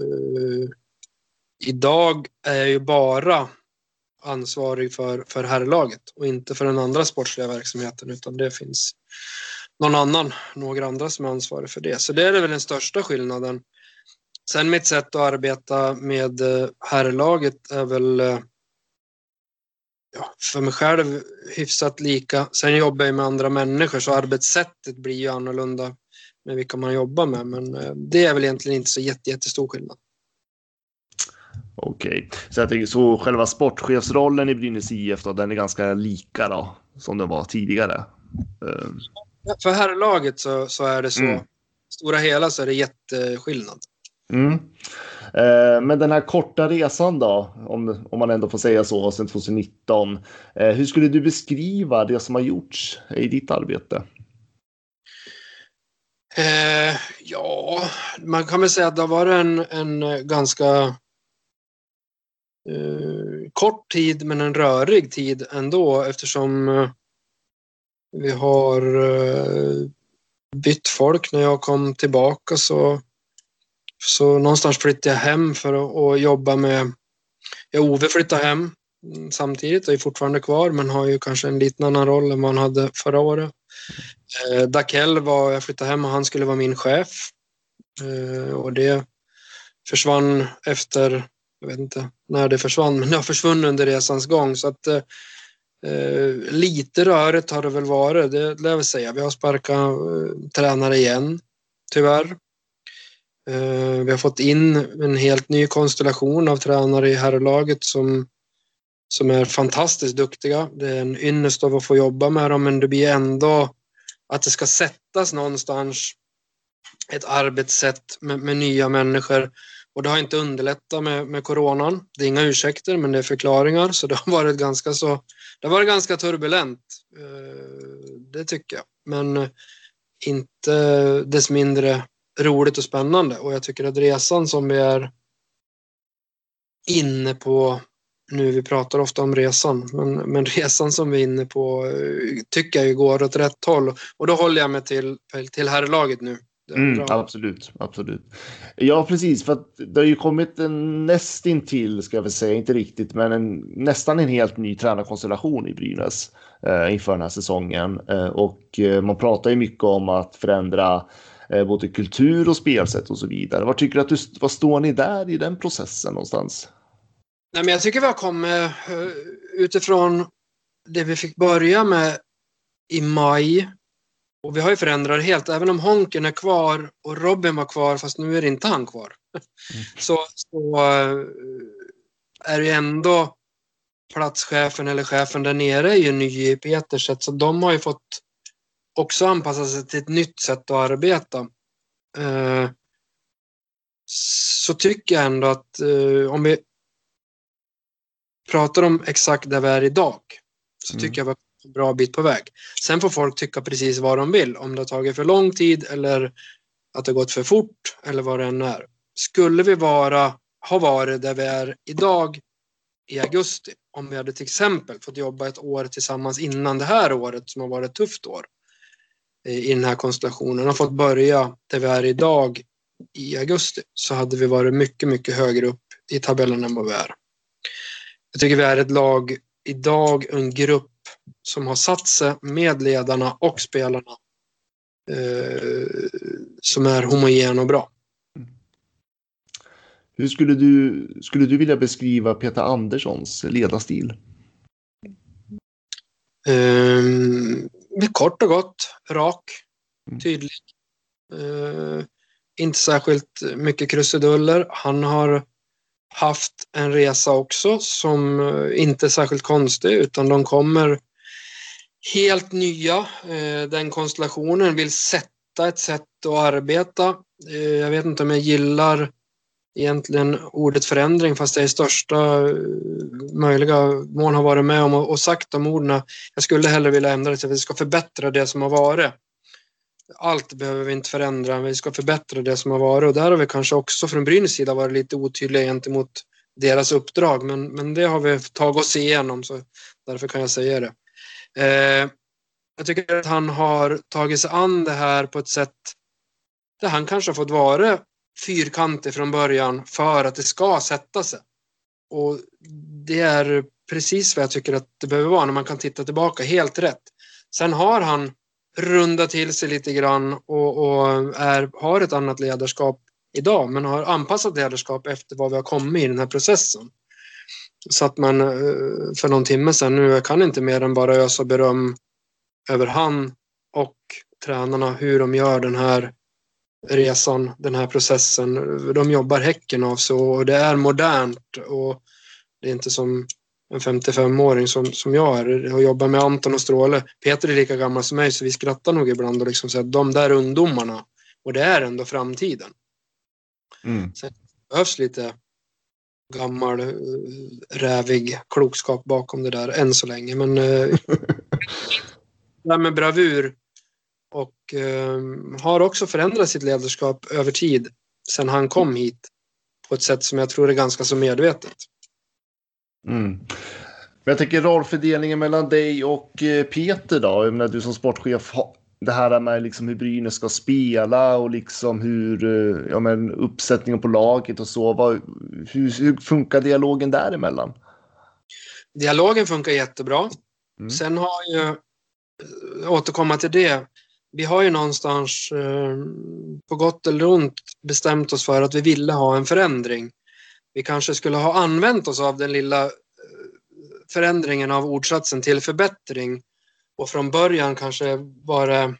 Idag är jag ju bara ansvarig för herrlaget och inte för den andra sportsliga verksamheten, utan det finns några andra som är ansvariga för det. Så det är väl den största skillnaden. Sen mitt sätt att arbeta med herrlaget är väl för mig själv hyfsat lika. Sen jobbar jag med andra människor så arbetssättet blir ju annorlunda med vilka man jobbar med. Men det är väl egentligen inte så jättestor skillnad. Okej, så jag tänker så själva sportchefsrollen i Brynäs IF då, den är ganska lika då som den var tidigare. För herrlaget så är det så. Stora hela så är det jätteskillnad. Men den här korta resan då, om man ändå får säga så, sedan 2019. Hur skulle du beskriva det som har gjorts i ditt arbete? Ja, man kan väl säga att det var en ganska kort tid, men en rörig tid ändå, eftersom vi har bytt folk. När jag kom tillbaka så någonstans flyttade jag hem för att jobba med... Ove flyttade hem samtidigt och är fortfarande kvar, men har ju kanske en liten annan roll än man hade förra året. Dakell jag flyttade hem och han skulle vara min chef. Och det försvann efter, jag vet inte när det försvann, men det har försvunnit under resans gång. Så att lite rörigt har det väl varit, det lär jag säga. Vi har sparkat tränare igen, tyvärr. Vi har fått in en helt ny konstellation av tränare i herrlaget som är fantastiskt duktiga. Det är en ynnest av att få jobba med dem, men det blir ändå att det ska sättas någonstans ett arbetssätt med nya människor. Och det har inte underlättat med coronan. Det är inga ursäkter, men det är förklaringar. Så det har varit ganska turbulent. Det tycker jag. Men inte dess mindre roligt och spännande. Och jag tycker att resan som vi är inne på nu, vi pratar ofta om resan, men resan som vi är inne på tycker jag ju går åt rätt håll. Och då håller jag mig till herrlaget nu. Absolut. Ja, precis, för att det har ju kommit en nästintill, ska jag väl säga, inte riktigt, men nästan en helt ny tränarkonstellation i Brynäs inför den här säsongen. Och man pratar ju mycket om att förändra både kultur och spelsätt och så vidare. Vad tycker du vad står ni där i den processen någonstans? Nej, men jag tycker vi har kommit utifrån det vi fick börja med i maj. Och vi har ju förändrat helt, även om Honken är kvar och Robin var kvar, fast nu är inte han kvar. Så är det ändå platschefen eller chefen där nere är ju ny i Peters sätt, så de har ju fått också anpassa sig till ett nytt sätt att arbeta. Så tycker jag ändå att om vi pratar om exakt där vi är idag, så tycker jag vi är en bra bit på väg. Sen får folk tycka precis vad de vill, om det har tagit för lång tid eller att det gått för fort eller vad det än är. Skulle vi ha varit där vi är idag i augusti, om vi hade till exempel fått jobba ett år tillsammans innan det här året som har varit ett tufft år i den här konstellationen och fått börja där vi är idag i augusti, så hade vi varit mycket, mycket högre upp i tabellen än vad vi är. Jag tycker vi är ett lag idag, en grupp som har satt sig med ledarna och spelarna som är homogen och bra. Hur skulle du vilja beskriva Peter Anderssons ledarstil? Kort och gott, rak, tydlig. Inte särskilt mycket krusiduller. Han har haft en resa också som inte är särskilt konstig, utan de kommer helt nya. Den konstellationen vill sätta ett sätt att arbeta. Jag vet inte om jag gillar egentligen ordet förändring, fast det är största möjliga mån har varit med om och sagt de orden. Jag skulle hellre vilja ändra det så att vi ska förbättra det som har varit. Allt behöver vi inte förändra, vi ska förbättra det som har varit, och där har vi kanske också från Brynäs sida varit lite otydliga gentemot deras uppdrag, men det har vi tagit oss igenom, så därför kan jag säga det. Jag tycker att han har tagit sig an det här på ett sätt där han kanske har fått vara fyrkantig från början för att det ska sätta sig. Och det är precis vad jag tycker att det behöver vara när man kan titta tillbaka, helt rätt. Sen har han rundat till sig lite grann och har ett annat ledarskap idag, men har anpassat ledarskap efter vad vi har kommit i den här processen. Så att man för någon timme sedan, nu kan inte mer än bara ösa beröm över han och tränarna, hur de gör den här resan, den här processen. De jobbar häcken av så, och det är modernt, och det är inte som en 55-åring som jag är och jobbar med Anton och Stråle. Peter är lika gammal som mig, så vi skrattar nog ibland och liksom säger att de där ungdomarna, och det är ändå framtiden. Så det behövs lite gammal rävig klokskap bakom det där än så länge, men det här med bravur och har också förändrat sitt ledarskap över tid sedan han kom hit på ett sätt som jag tror är ganska så medvetet. Men jag tänker rollfördelningen mellan dig och Peter då, jag menar, du som sportchef, det här med liksom hur Brynäs ska spela och liksom hur uppsättningen på laget och så, hur funkar dialogen däremellan? Dialogen funkar jättebra. Sen har ju, återkomma till det, vi har ju någonstans på gott eller ont bestämt oss för att vi ville ha en förändring. Vi kanske skulle ha använt oss av den lilla förändringen av ordsatsen till förbättring och från början kanske bara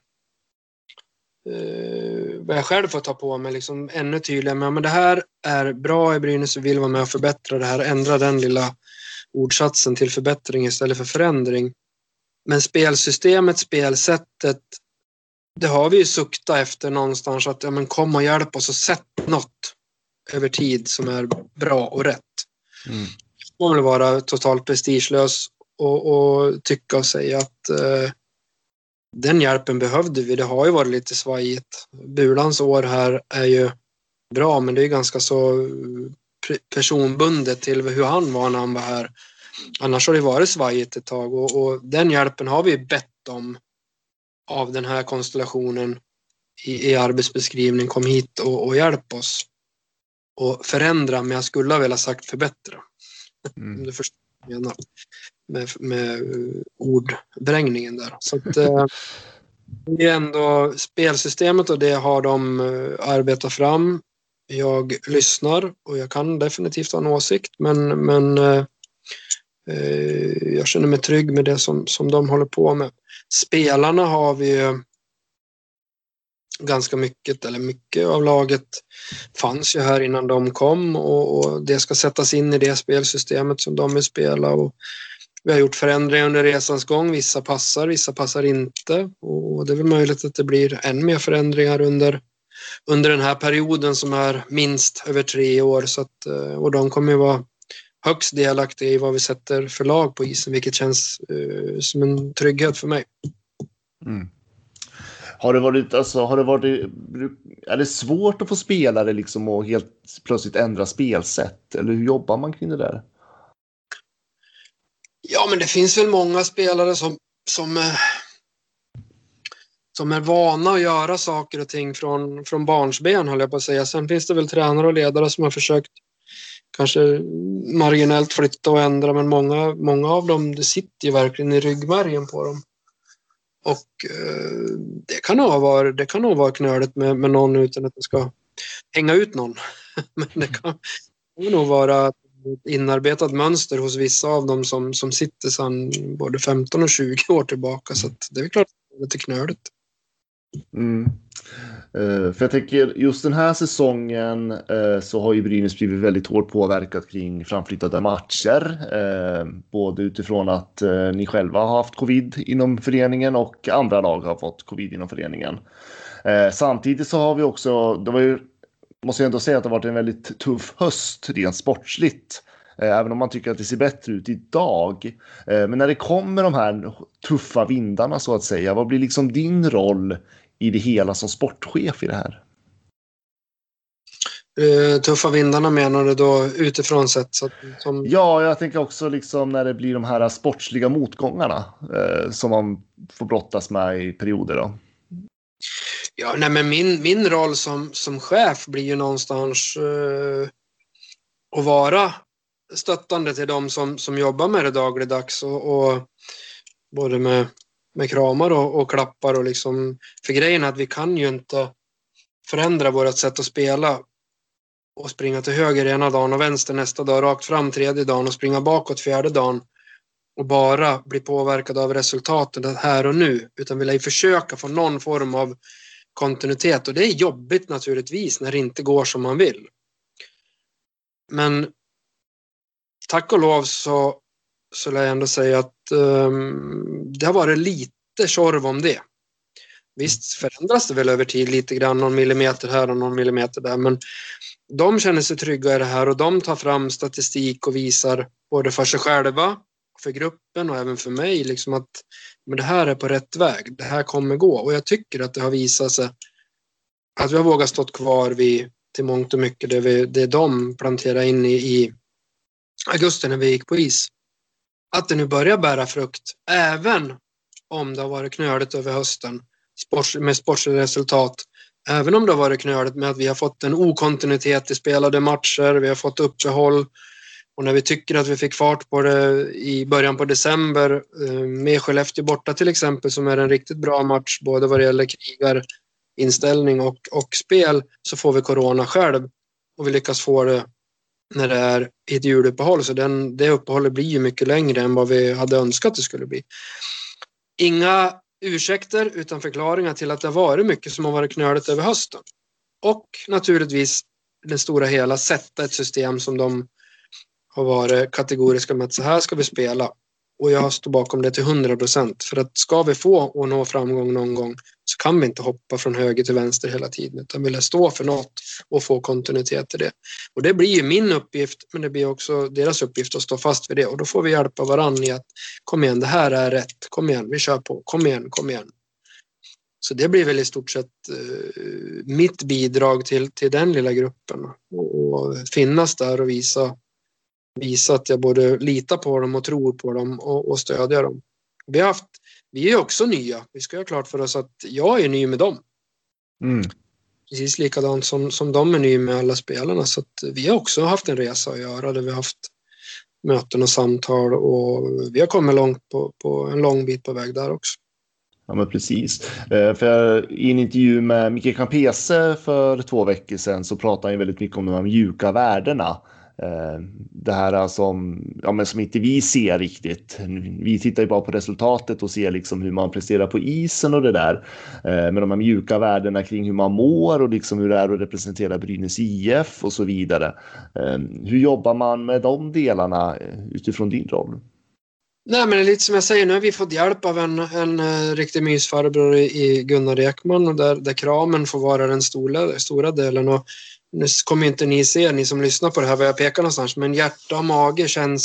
vad jag själv får ta på mig liksom ännu tydligare, men det här är bra i Brynäs, vi vill vara med och förbättra det här, ändra den lilla ordsatsen till förbättring istället för förändring. Men spelsystemet, spelsättet, det har vi ju suktat efter någonstans att kom och hjälp oss och sätt något över tid som är bra och rätt. Man vill vara totalt prestigelös och tycka och säga att den hjälpen behövde vi. Det har ju varit lite svajigt. Bulans år här är ju bra, men det är ganska så personbundet till hur han var när han var här. Annars har det varit svajigt ett tag och den hjälpen har vi bett om av den här konstellationen i arbetsbeskrivning. Kom hit och hjälp oss och förändra, men jag skulle ha velat sagt förbättra. Om du förstår vad jag menar med ordbrängningen där. Så att, det är ändå spelsystemet och det har de arbetat fram. Jag lyssnar och jag kan definitivt ha en åsikt, men jag känner mig trygg med det som de håller på med. Spelarna har vi ganska mycket av laget fanns ju här innan de kom och det ska sättas in i det spelsystemet som de vill spela, och vi har gjort förändringar under resans gång. Vissa passar inte, och det är väl möjligt att det blir än mer förändringar under den här perioden som är minst över 3 år, så att, och de kommer ju vara högst delaktiga i vad vi sätter för lag på isen, vilket känns som en trygghet för mig. Är det svårt att få spelare liksom och helt plötsligt ändra spelsätt, eller hur jobbar man kring det där? Ja, men det finns väl många spelare som är vana att göra saker och ting från barnsben, höll jag på att säga. Sen finns det väl tränare och ledare som har försökt kanske marginellt flytta och ändra, men många av dem, det sitter ju verkligen i ryggmärgen på dem. Och det kan nog vara knöligt med någon utan att det ska hänga ut någon. Men det kan nog vara ett inarbetat mönster hos vissa av dem som sitter sedan både 15 och 20 år tillbaka. Så att det är klart att det är lite knöligt. För jag tänker just den här säsongen så har ju Brynäs blivit väldigt hårt påverkat kring framflyttade matcher, både utifrån att ni själva har haft covid inom föreningen och andra lag har fått covid inom föreningen. Samtidigt så har vi också, måste jag ändå säga att det har varit en väldigt tuff höst rent sportsligt, även om man tycker att det ser bättre ut idag. Men när det kommer de här tuffa vindarna så att säga, vad blir liksom din roll i det hela som sportchef i det här? Tuffa vindarna menar du då utifrån sett? Ja, jag tänker också liksom när det blir de här sportsliga motgångarna som man får brottas med i perioder då. Ja, nej, men min roll som chef blir ju någonstans att vara stöttande till dem som jobbar med det dagligdags och både med kramar och klappar och liksom, för grejen är att vi kan ju inte förändra vårt sätt att spela och springa till höger ena dagen och vänster nästa dag, rakt fram tredje dagen och springa bakåt fjärde dagen och bara bli påverkad av resultatet här och nu, utan vi lär ju försöka få någon form av kontinuitet, och det är jobbigt naturligtvis när det inte går som man vill. Men tack och lov så lär jag ändå säga att det har varit lite tjorv om det. Visst förändras det väl över tid lite grann, någon millimeter här och någon millimeter där, men de känner sig trygga i det här och de tar fram statistik och visar både för sig själva, för gruppen och även för mig liksom att men det här är på rätt väg, det här kommer gå. Och jag tycker att det har visat sig att vi har vågat stått kvar vid till mångt och mycket det de planterade in i augusti när vi gick på is. Att det nu börjar bära frukt, även om det har varit knöligt över hösten med sportsliga resultat. Även om det har varit knöligt med att vi har fått en okontinuitet i spelade matcher, vi har fått uppehåll. Och när vi tycker att vi fick fart på det i början på december med Skellefteå borta till exempel, som är en riktigt bra match både vad det gäller krigarinställning och spel, så får vi corona själv och vi lyckas få det när det är ett juluppehåll. Så det uppehållet blir ju mycket längre än vad vi hade önskat det skulle bli. Inga ursäkter utan förklaringar till att det har varit mycket som har varit knöligt över hösten. Och naturligtvis den stora hela sätta ett system som de har varit kategoriska med att så här ska vi spela. Och jag står bakom det till 100%. För att ska vi få och nå framgång någon gång så kan vi inte hoppa från höger till vänster hela tiden. Utan vilja stå för något och få kontinuitet i det. Och det blir ju min uppgift, men det blir också deras uppgift att stå fast vid det. Och då får vi hjälpa varandra i att kom igen, det här är rätt. Kom igen, vi kör på. Kom igen. Så det blir väl i stort sett mitt bidrag till den lilla gruppen. Och finnas där och visa att jag både litar på dem och tror på dem och stödja dem. Vi är också nya. Vi ska ha klart för oss att jag är ny med dem. Precis likadant som de är ny med alla spelarna. Så att vi har också haft en resa att göra där vi har haft möten och samtal och vi har kommit långt på en lång bit på väg där också. Ja, men precis. För i en intervju med Micke Campese för 2 veckor sedan så pratade han väldigt mycket om de här mjuka värdena. Det här som inte vi ser riktigt. Vi tittar ju bara på resultatet och ser liksom hur man presterar på isen och det där. Men de här mjuka värdena kring hur man mår och liksom hur det är att representera Brynäs IF och så vidare. Hur jobbar man med de delarna utifrån din roll? Nej, men lite som jag säger, nu har vi fått hjälp av en riktig mysfarbror i Gunnar Ekman och där kramen får vara den stora delen. Och nu kommer inte ni se, ni som lyssnar på det här, vad jag pekar någonstans, men hjärta och mage,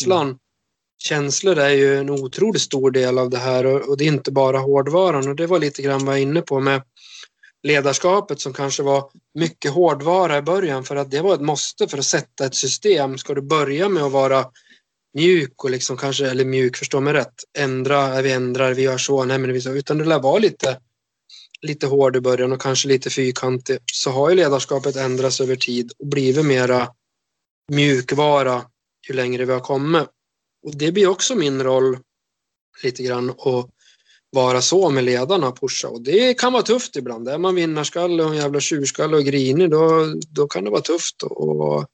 känslor är ju en otroligt stor del av det här och det är inte bara hårdvaran. Och det var lite grann vad jag var inne på med ledarskapet som kanske var mycket hårdvara i början för att det var ett måste för att sätta ett system. Ska du börja med att vara mjuk och liksom kanske, eller mjuk, förstå mig rätt, vi gör så, nej men vi så, utan det lär vara lite hård i början och kanske lite fyrkantig, så har ju ledarskapet ändrats över tid och blivit mera mjukvara ju längre vi har kommit. Och det blir också min roll lite grann att vara så med ledarna och pusha. Och det kan vara tufft ibland. Är man vinnarskalle och en jävla tjurskalle och grinig, då kan det vara tufft och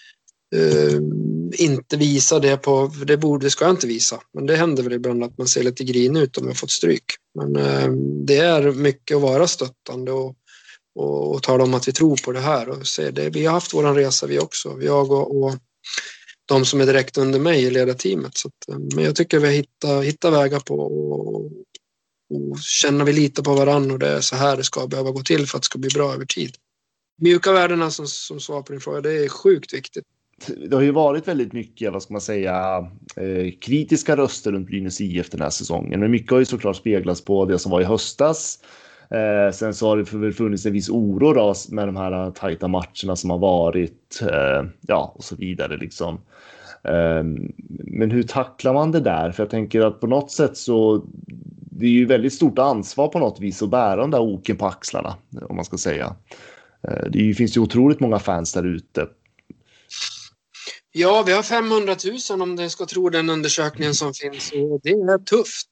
inte visa det på, det ska jag inte visa, men det händer väl ibland att man ser lite grinig ut om jag fått stryk, men det är mycket att vara stöttande och tala om att vi tror på det här och se det. Vi har haft våran resa vi också, jag och de som är direkt under mig i ledarteamet, så att, men jag tycker vi hittar vägar på och känner vi lite på varandra och det är så här det ska behöva gå till för att det ska bli bra över tid. Mjuka värdena som svar på din fråga, det är sjukt viktigt. Det har ju varit väldigt mycket, vad ska man säga, kritiska röster runt Brynäs IF den här säsongen. Men mycket har ju såklart speglats på det som var i höstas. Sen så har det väl funnits en viss oro då med de här tajta matcherna som har varit. Och så vidare liksom. Men hur tacklar man det där? För jag tänker att på något sätt så det är ju väldigt stort ansvar på något vis att bära de där oken på axlarna, om man ska säga. Det finns ju otroligt många fans där ute. Ja, vi har 500 000 om det ska tro den undersökningen som finns och det är tufft.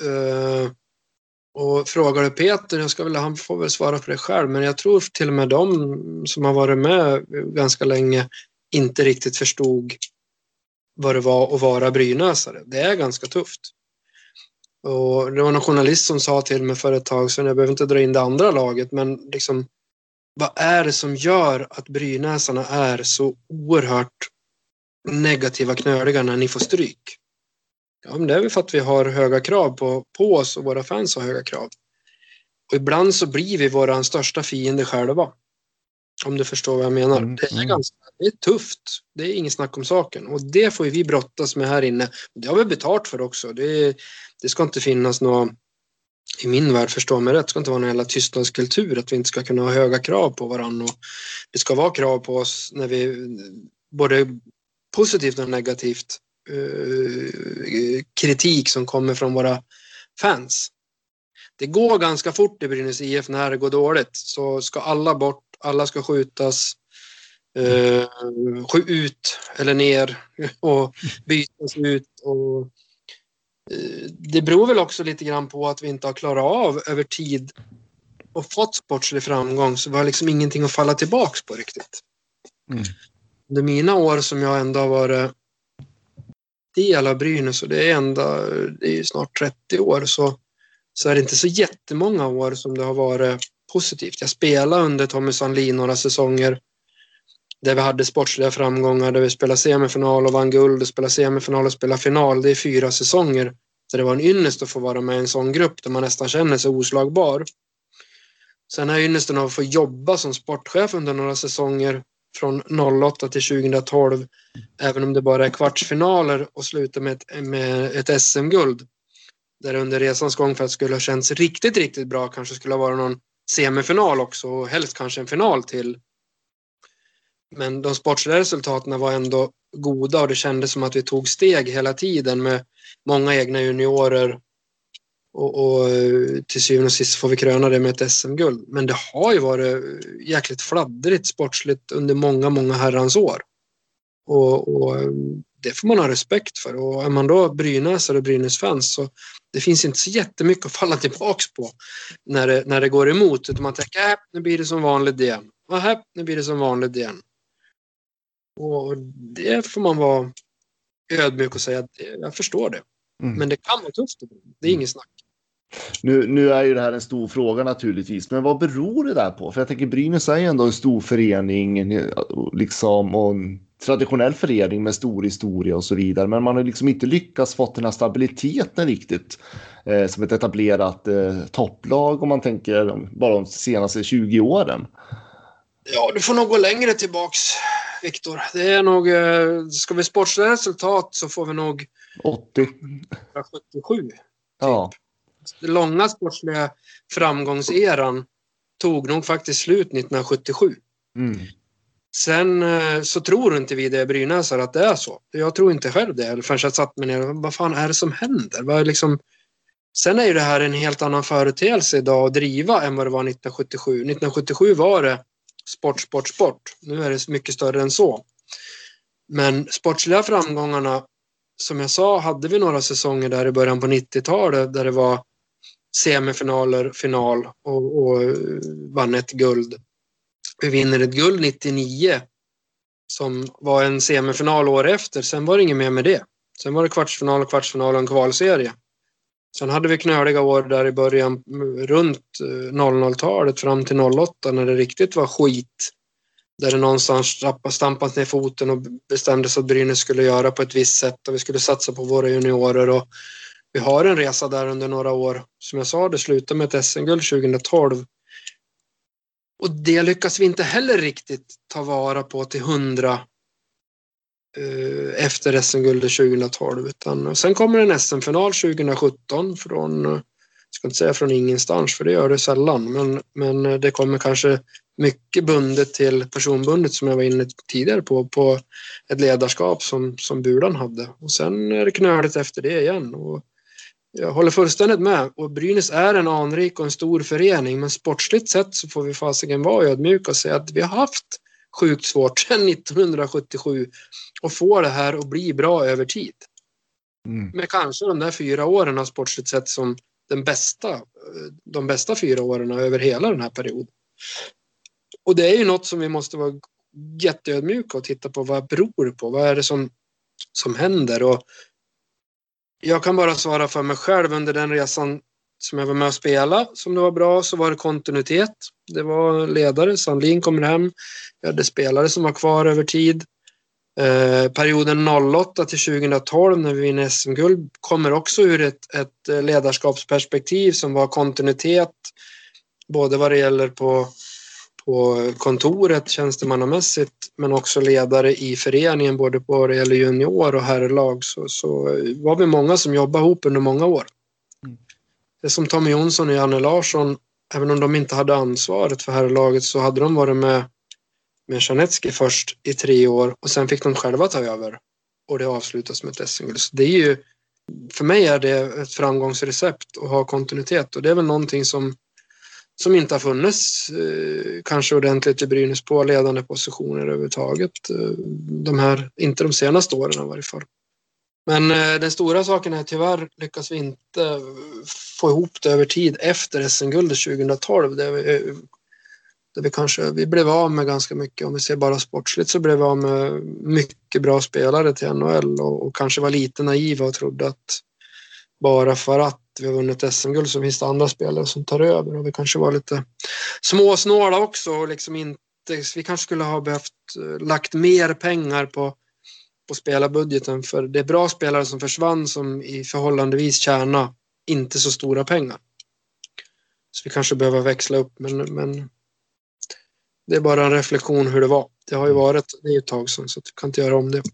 Och frågar du Peter, han får väl svara på det själv, men jag tror till och med de som har varit med ganska länge inte riktigt förstod vad det var att vara brynäsare. Det är ganska tufft. Och det var någon journalist som sa till mig för ett tag sedan, jag behöver inte dra in det andra laget, men liksom, vad är det som gör att brynäsarna är så oerhört negativa, knöliga när ni får stryk? Ja, men det är väl för att vi har höga krav på oss och våra fans har höga krav. Och ibland så blir vi våran största fiende själva. Om du förstår vad jag menar. Det är tufft. Det är inget snack om saken. Och det får ju vi brottas med här inne. Det har vi betalt för också. Det ska inte finnas något, i min värld, förstå mig rätt, det ska inte vara någon jävla tystnadskultur. Att vi inte ska kunna ha höga krav på varandra. Och det ska vara krav på oss när vi, både positivt och negativt, kritik som kommer från våra fans. Det går ganska fort i Brynäs IF när det går dåligt. Så ska alla bort, alla ska skjutas ut eller ner och bytas ut. Och det beror väl också lite grann på att vi inte har klarat av över tid och fått sportslig framgång, så vi har liksom ingenting att falla tillbaks på riktigt. Under mina år som jag ändå har varit del av Brynäs, och det är ju snart 30 år, så är det inte så jättemånga år som det har varit positivt. Jag spelade under Tommy Sandlin några säsonger där vi hade sportsliga framgångar, där vi spelade semifinal och vann guld och spelade semifinal och spelade final. Det är 4 säsonger där det var en ynnest att få vara med i en sån grupp där man nästan känner sig oslagbar. Sen har ynnesten av att få jobba som sportchef under några säsonger från 08 till 2012, även om det bara är kvartsfinaler, och sluta med ett SM-guld. Där under resans gång, för att det skulle ha känts riktigt, riktigt bra, kanske skulle ha varit någon semifinal också, och helst kanske en final till. Men de sportsliga resultaten var ändå goda, och det kändes som att vi tog steg hela tiden med många egna juniorer. Och till syvende och sist får vi kröna det med ett SM-guld. Men det har ju varit jäkligt fladdrigt sportsligt under många, många herrans år. Och det får man ha respekt för. Och är man då Brynäs och Brynäs-fans, så det finns inte så jättemycket att falla tillbaks på när det går emot. Utan man tänker, nu blir det som vanligt igen. Nu blir det som vanligt igen. Och det får man vara ödmjuk och säga att jag förstår det. Men det kan vara tufft. Det är inget snack. Nu är ju det här en stor fråga naturligtvis, men vad beror det där på? För jag tänker, Brynäs är ju ändå en stor förening liksom, och en traditionell förening med stor historia och så vidare, men man har liksom inte lyckats få den här stabiliteten riktigt som ett etablerat topplag, om man tänker bara de senaste 20 åren. Ja, du får nog gå längre tillbaks, Viktor. Det är nog, ska vi sportsliga resultat så får vi nog 77. Typ. Ja. Den långa sportsliga framgångseran tog nog faktiskt slut 1977. Sen så tror inte vi det Brynäs att det är så. Jag tror inte själv det. Förrän jag satt mig ner och vad fan är det som händer? Vad är liksom... Sen är ju det här en helt annan företeelse idag att driva än vad det var 1977. 1977 var det sport. Nu är det mycket större än så. Men sportsliga framgångarna, som jag sa, hade vi några säsonger där i början på 90-talet där det var semifinaler, final och vann ett guld. Vi vinner ett guld 99 som var en semifinal år efter. Sen var det inget mer med det. Sen var det kvartsfinal och en kvalserie. Sen hade vi knöliga år där i början runt 00-talet fram till 08 när det riktigt var skit. Där det någonstans stampat ner foten och bestämdes att Brynäs skulle göra på ett visst sätt och vi skulle satsa på våra juniorer. Och vi har en resa där under några år. Som jag sa, det slutade med ett SM-guld 2012. Och det lyckas vi inte heller riktigt ta vara på till 100 efter SM-guldet 2012. Utan sen kommer en SM-final 2017 från, jag ska inte säga från ingenstans för det gör det sällan. Men det kommer kanske mycket bundet till personbundet som jag var inne tidigare på ett ledarskap som Bulan hade. Och sen är det knöligt efter det igen. Och jag håller fullständigt med. Och Brynäs är en anrik och en stor förening. Men sportsligt sett så får vi fasiken vara ödmjuka och säga att vi har haft sjukt svårt sedan 1977 och få det här att bli bra över tid. Men kanske de där 4 åren har sportsligt sett som de bästa 4 åren över hela den här perioden. Och det är ju något som vi måste vara jätteödmjuka och titta på vad beror det på. Vad är det som händer? Och jag kan bara svara för mig själv under den resan som jag var med och spela. Som det var bra så var det kontinuitet. Det var ledare. Sandlin kommer hem. Vi hade spelare som var kvar över tid. Perioden 08 till 2012 när vi vinner SM-guld kommer också ur ett ledarskapsperspektiv som var kontinuitet. Både vad det gäller på på kontoret tjänstemannamässigt, men också ledare i föreningen både på det gäller junior och herrlag, så var vi många som jobbade ihop under många år. Det är som Tommy Jonsson och Janne Larsson, även om de inte hade ansvaret för herrlaget så hade de varit med Janetski först i 3 år och sen fick de själva ta över och det avslutas med ett SM-guld. Så det är ju, för mig är det ett framgångsrecept att ha kontinuitet, och det är väl någonting som inte har funnits kanske ordentligt i Brynäs på ledande positioner överhuvudtaget. Inte de senaste åren i varje fall. Men den stora saken är tyvärr lyckas vi inte få ihop det över tid efter SM-guldet 2012. Vi blev av med ganska mycket. Om vi ser bara sportsligt så blev vi av med mycket bra spelare till NHL och kanske var lite naiva och trodde att bara för att vi har vunnit SM-guld så finns det andra spelare som tar över, och vi kanske var lite småsnåla också och liksom inte, vi kanske skulle ha behövt lagt mer pengar på spelarbudgeten, för det är bra spelare som försvann som i förhållandevis tjäna inte så stora pengar. Så vi kanske behöver växla upp, men det är bara en reflektion hur det var. Det har ju varit, det är ett tag sedan, så vi kan inte göra om det.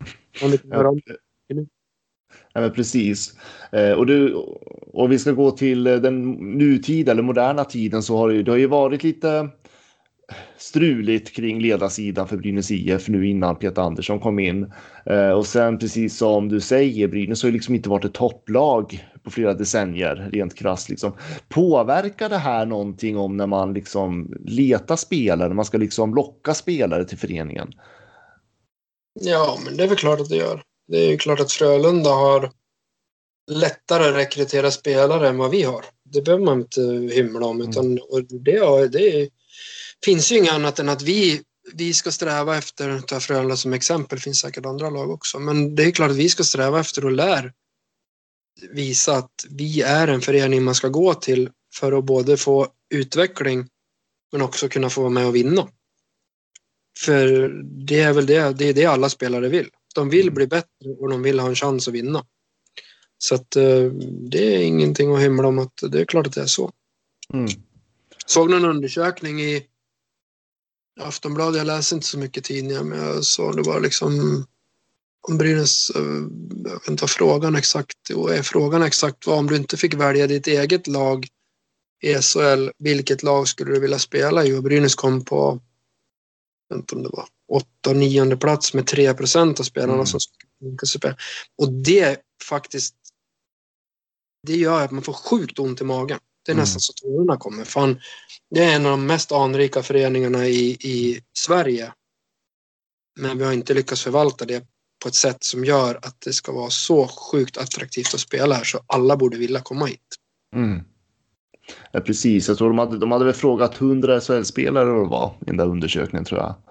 Ja, men precis. Och vi ska gå till den nutida eller moderna tiden, så har det har ju varit lite struligt kring ledarsidan för Brynäs IF nu innan Peter Andersson kom in. Och sen precis som du säger, Brynäs har ju liksom inte varit ett topplag på flera decennier, rent krasst liksom. Påverkar det här någonting om när man liksom letar spelare, när man ska liksom locka spelare till föreningen? Ja, men det är väl klart att det gör. Det är ju klart att Frölunda har lättare att rekrytera spelare än vad vi har. Det behöver man inte hymla om, utan det finns ju inget annat än att vi ska sträva efter, att ta Frölunda som exempel, finns säkert andra lag också, men det är klart att vi ska sträva efter att visa att vi är en förening man ska gå till för att både få utveckling men också kunna få vara med och vinna. För det är väl det alla spelare vill. De vill bli bättre och de vill ha en chans att vinna. Så att det är ingenting att hymla om, att det är klart att det är så. Såg någon undersökning i Aftonbladet, jag läser inte så mycket tidningar, men jag såg det var liksom om Brynäs, jag vet inte vad frågan exakt, och är frågan exakt var, om du inte fick välja ditt eget lag i SHL, vilket lag skulle du vilja spela i? Och Brynäs kom på, jag vet inte om det var 8-9:e plats med 3% av spelarna som skulle spela. Och det faktiskt, det gör att man får sjukt ont i magen. Det är nästan så tårarna kommer. Fan, det är en av de mest anrika föreningarna i Sverige. Men vi har inte lyckats förvalta det på ett sätt som gör att det ska vara så sjukt attraktivt att spela här, så alla borde vilja komma hit. Ja, precis. Jag tror de hade väl frågat 100 SHL-spelare vad det var i den där undersökningen, tror jag.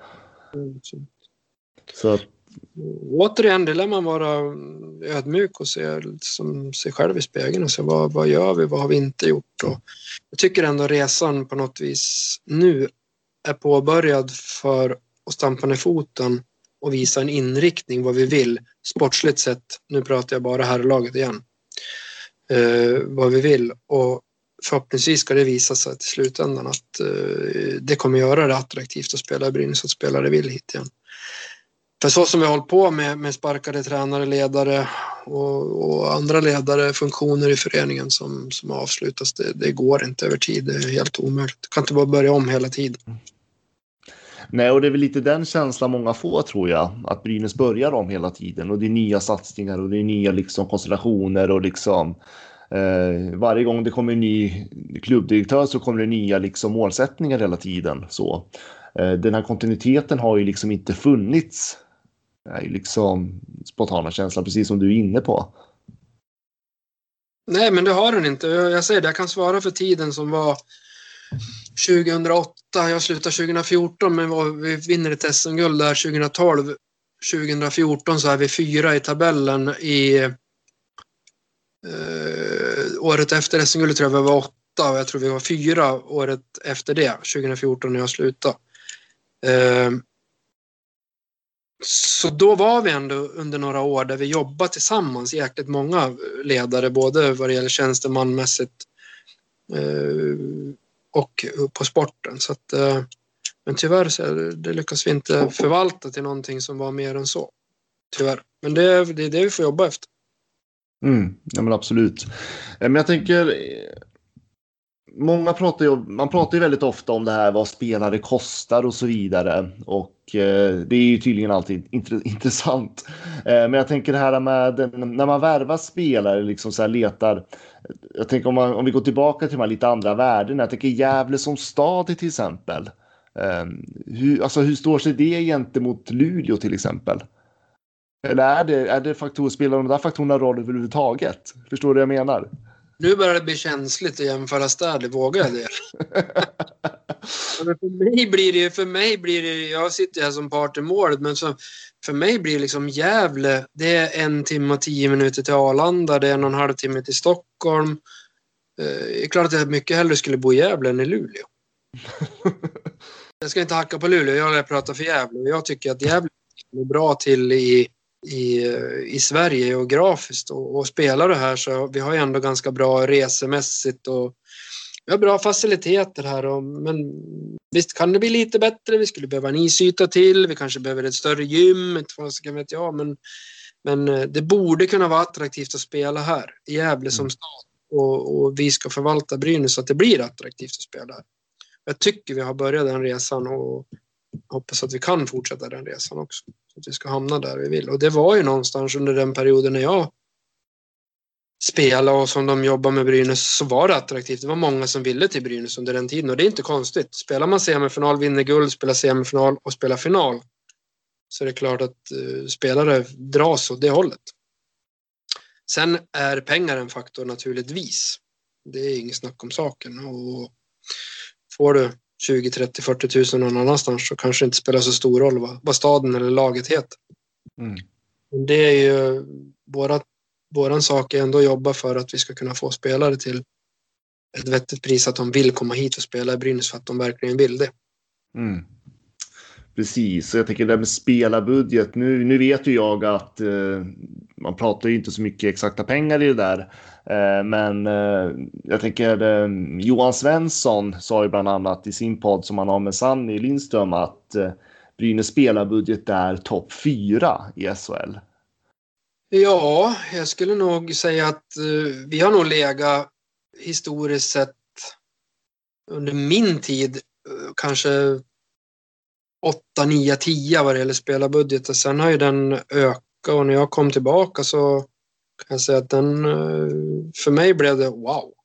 Så återigen, det lär man vara ödmjuk och se som sig själv i spegeln och se vad gör vi, vad har vi inte gjort. Och jag tycker ändå resan på något vis nu är påbörjad för att stampa ner foten och visa en inriktning vad vi vill sportsligt sett. Nu pratar jag bara herrlaget igen. Vad vi vill, och förhoppningsvis ska det visa sig till slutändan att det kommer göra det attraktivt att spela i Brynäs, att spelare vill hit igen. För så som vi har hållit på med sparkade tränare, ledare och andra ledare, funktioner i föreningen som avslutas, det går inte över tid. Det är helt omöjligt. Du kan inte bara börja om hela tiden. Nej, och det är väl lite den känslan många får, tror jag. Att Brynäs börjar om hela tiden. Och det är nya satsningar och det är nya liksom konstellationer och liksom varje gång det kommer en ny klubbdirektör så kommer det nya liksom målsättningar hela tiden. Så den här kontinuiteten har ju liksom inte funnits. Det är liksom spontana känslan, precis som du är inne på. Nej, men det har den inte. Jag säger det, jag kan svara för tiden som var 2008. Jag slutade 2014, men vi vinner ett SM-guld där 2012. 2014 så är vi 4 i tabellen. Året efter SM-guldet tror jag vi var 8, och jag tror vi var 4 året efter det, 2014 när jag slutade. Så då var vi ändå under några år där vi jobbade tillsammans, jäkligt många ledare, både vad det gäller tjänstemanmässigt och på sporten. Så att Men tyvärr så det lyckas vi inte förvalta till någonting som var mer än så. Tyvärr. Men det är det vi får jobba efter. Ja, men absolut. Men jag tänker, man pratar ju väldigt ofta om det här vad spelare kostar och så vidare. Och det är ju tydligen alltid intressant. Men jag tänker det här med när man värvar spelare, liksom så här letar. Jag tänker om vi går tillbaka till de här lite andra värden. Jag tänker Gävle som stad till exempel. Hur står sig det gentemot Luleå till exempel? Eller är det faktorer, spelar de där faktorerna roll överhuvudtaget? Förstår du vad jag menar? Nu börjar det bli känsligt att jämföra städer, vågar jag det? För mig blir det, jag sitter här som part i målet, men för mig blir det liksom Gävle, det är 1 timme och 10 minuter till Arlanda, det är 1,5 timme till Stockholm. Det är klart att jag mycket hellre skulle bo i Gävle än i Luleå. Jag ska inte hacka på Luleå, jag pratar för Gävle. Jag tycker att Gävle är bra till i Sverige geografiskt och spelar det här, så vi har ju ändå ganska bra resemässigt och vi har bra faciliteter här. Men visst kan det bli lite bättre, vi skulle behöva en isyta till, vi kanske behöver ett större gym, men det borde kunna vara attraktivt att spela här i Gävle som stad och vi ska förvalta Brynäs så att det blir attraktivt att spela här. Jag tycker vi har börjat den resan och hoppas att vi kan fortsätta den resan också. Så att vi ska hamna där vi vill. Och det var ju någonstans under den perioden när jag spelade och som de jobbar med Brynäs, så var det attraktivt. Det var många som ville till Brynäs under den tiden och det är inte konstigt. Spelar man semifinal, vinner guld, spelar semifinal och spelar final, så är det klart att spelare dras åt det hållet. Sen är pengar en faktor naturligtvis. Det är inget snack om saken. Och får du 20, 30, 40 000 någon annanstans så kanske det inte spelar så stor roll vad staden eller laget heter. Det är ju våran sak är ändå att jobba för att vi ska kunna få spelare till ett vettigt pris, att de vill komma hit och spela i Brynäs för att de verkligen vill det. Precis, så jag tänker det med spelarbudget. Nu vet ju jag att man pratar ju inte så mycket exakta pengar i det där. Men jag tänker Johan Svensson sa ju bland annat i sin podd som han har med Sanny Lindström att Brynäs spelarbudget är topp 4 i SHL. Ja, jag skulle nog säga att vi har nog legat historiskt sett under min tid kanske 8, 9, 10 vad det gäller spelarbudget. Och sen har ju den ökat och när jag kom tillbaka så kan jag säga att den för mig blev det wow.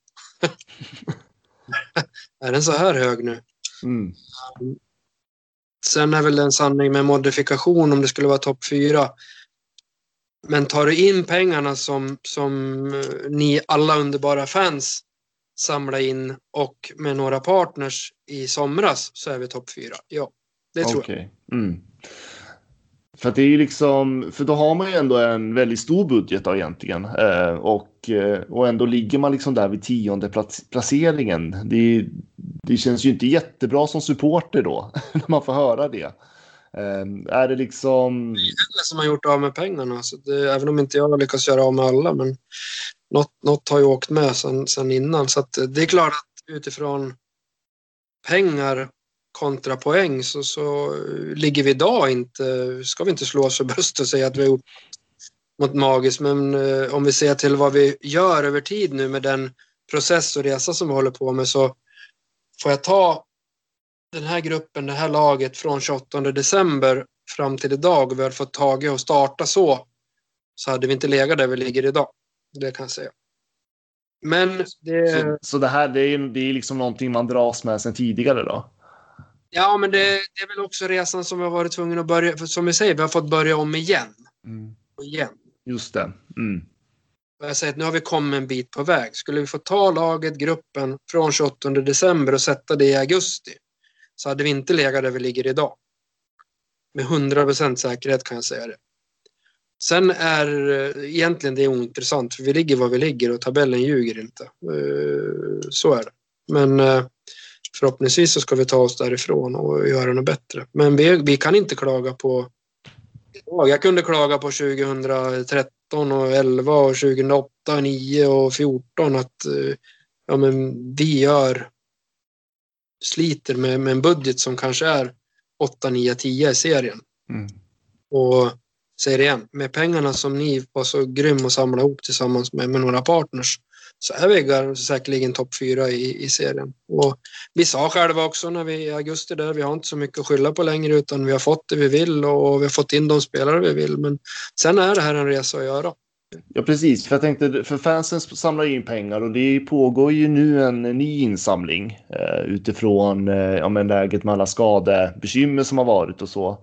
Är den så här hög nu? Sen är väl en sanning med modifikation om det skulle vara topp 4. Men tar du in pengarna som ni alla underbara fans samlar in och med några partners i somras, så är vi topp 4. Ja, det tror jag. För att det är ju liksom, för då har man ju ändå en väldigt stor budget då egentligen. Och ändå ligger man liksom där vid 10:e placeringen. Det känns ju inte jättebra som supporter då, när man får höra det. Är det liksom... Det är det som har gjort av med pengarna. Så även om inte jag lyckas göra av med alla, men något har ju åkt med sen innan. Så att det är klart att utifrån pengar kontra poäng så ligger vi idag inte, ska vi inte slå oss för bröstet och säga att vi har gjort något magiskt, men om vi ser till vad vi gör över tid nu med den process och resa som vi håller på med, så får jag ta den här gruppen, det här laget från 28 december fram till idag och vi har fått tag och starta så hade vi inte legat där vi ligger idag. Det kan jag säga. Men så det här det är liksom någonting man dras med sen tidigare då? Ja, men det är väl också resan som vi har varit tvungna att börja, för som vi säger, vi har fått börja om igen. Och igen. Just det. Och jag säger att nu har vi kommit en bit på väg. Skulle vi få ta laget, gruppen från 28 december och sätta det i augusti, så hade vi inte legat där vi ligger idag. Med 100% säkerhet kan jag säga det. Sen är egentligen det ointressant, för vi ligger var vi ligger och tabellen ljuger inte. Så är det. Men förhoppningsvis så ska vi ta oss därifrån och göra något bättre. Men vi kan inte klaga på... Jag kunde klaga på 2013 och 11 och 2008, 9 och 14 att ja, men vi gör sliter med en budget som kanske är 8, 9, 10 i serien. Och säger igen, med pengarna som ni var så grym att samla ihop tillsammans med några partners, så är vi säkerligen topp 4 i serien. Och vi sa själva också när vi i augusti där, vi har inte så mycket att skylla på längre, utan vi har fått det vi vill och vi har fått in de spelare vi vill. Men sen är det här en resa att göra. Ja, precis. För jag tänkte, för fansen samlar in pengar och det pågår ju nu en ny insamling utifrån läget med alla skadebekymmer som har varit och så.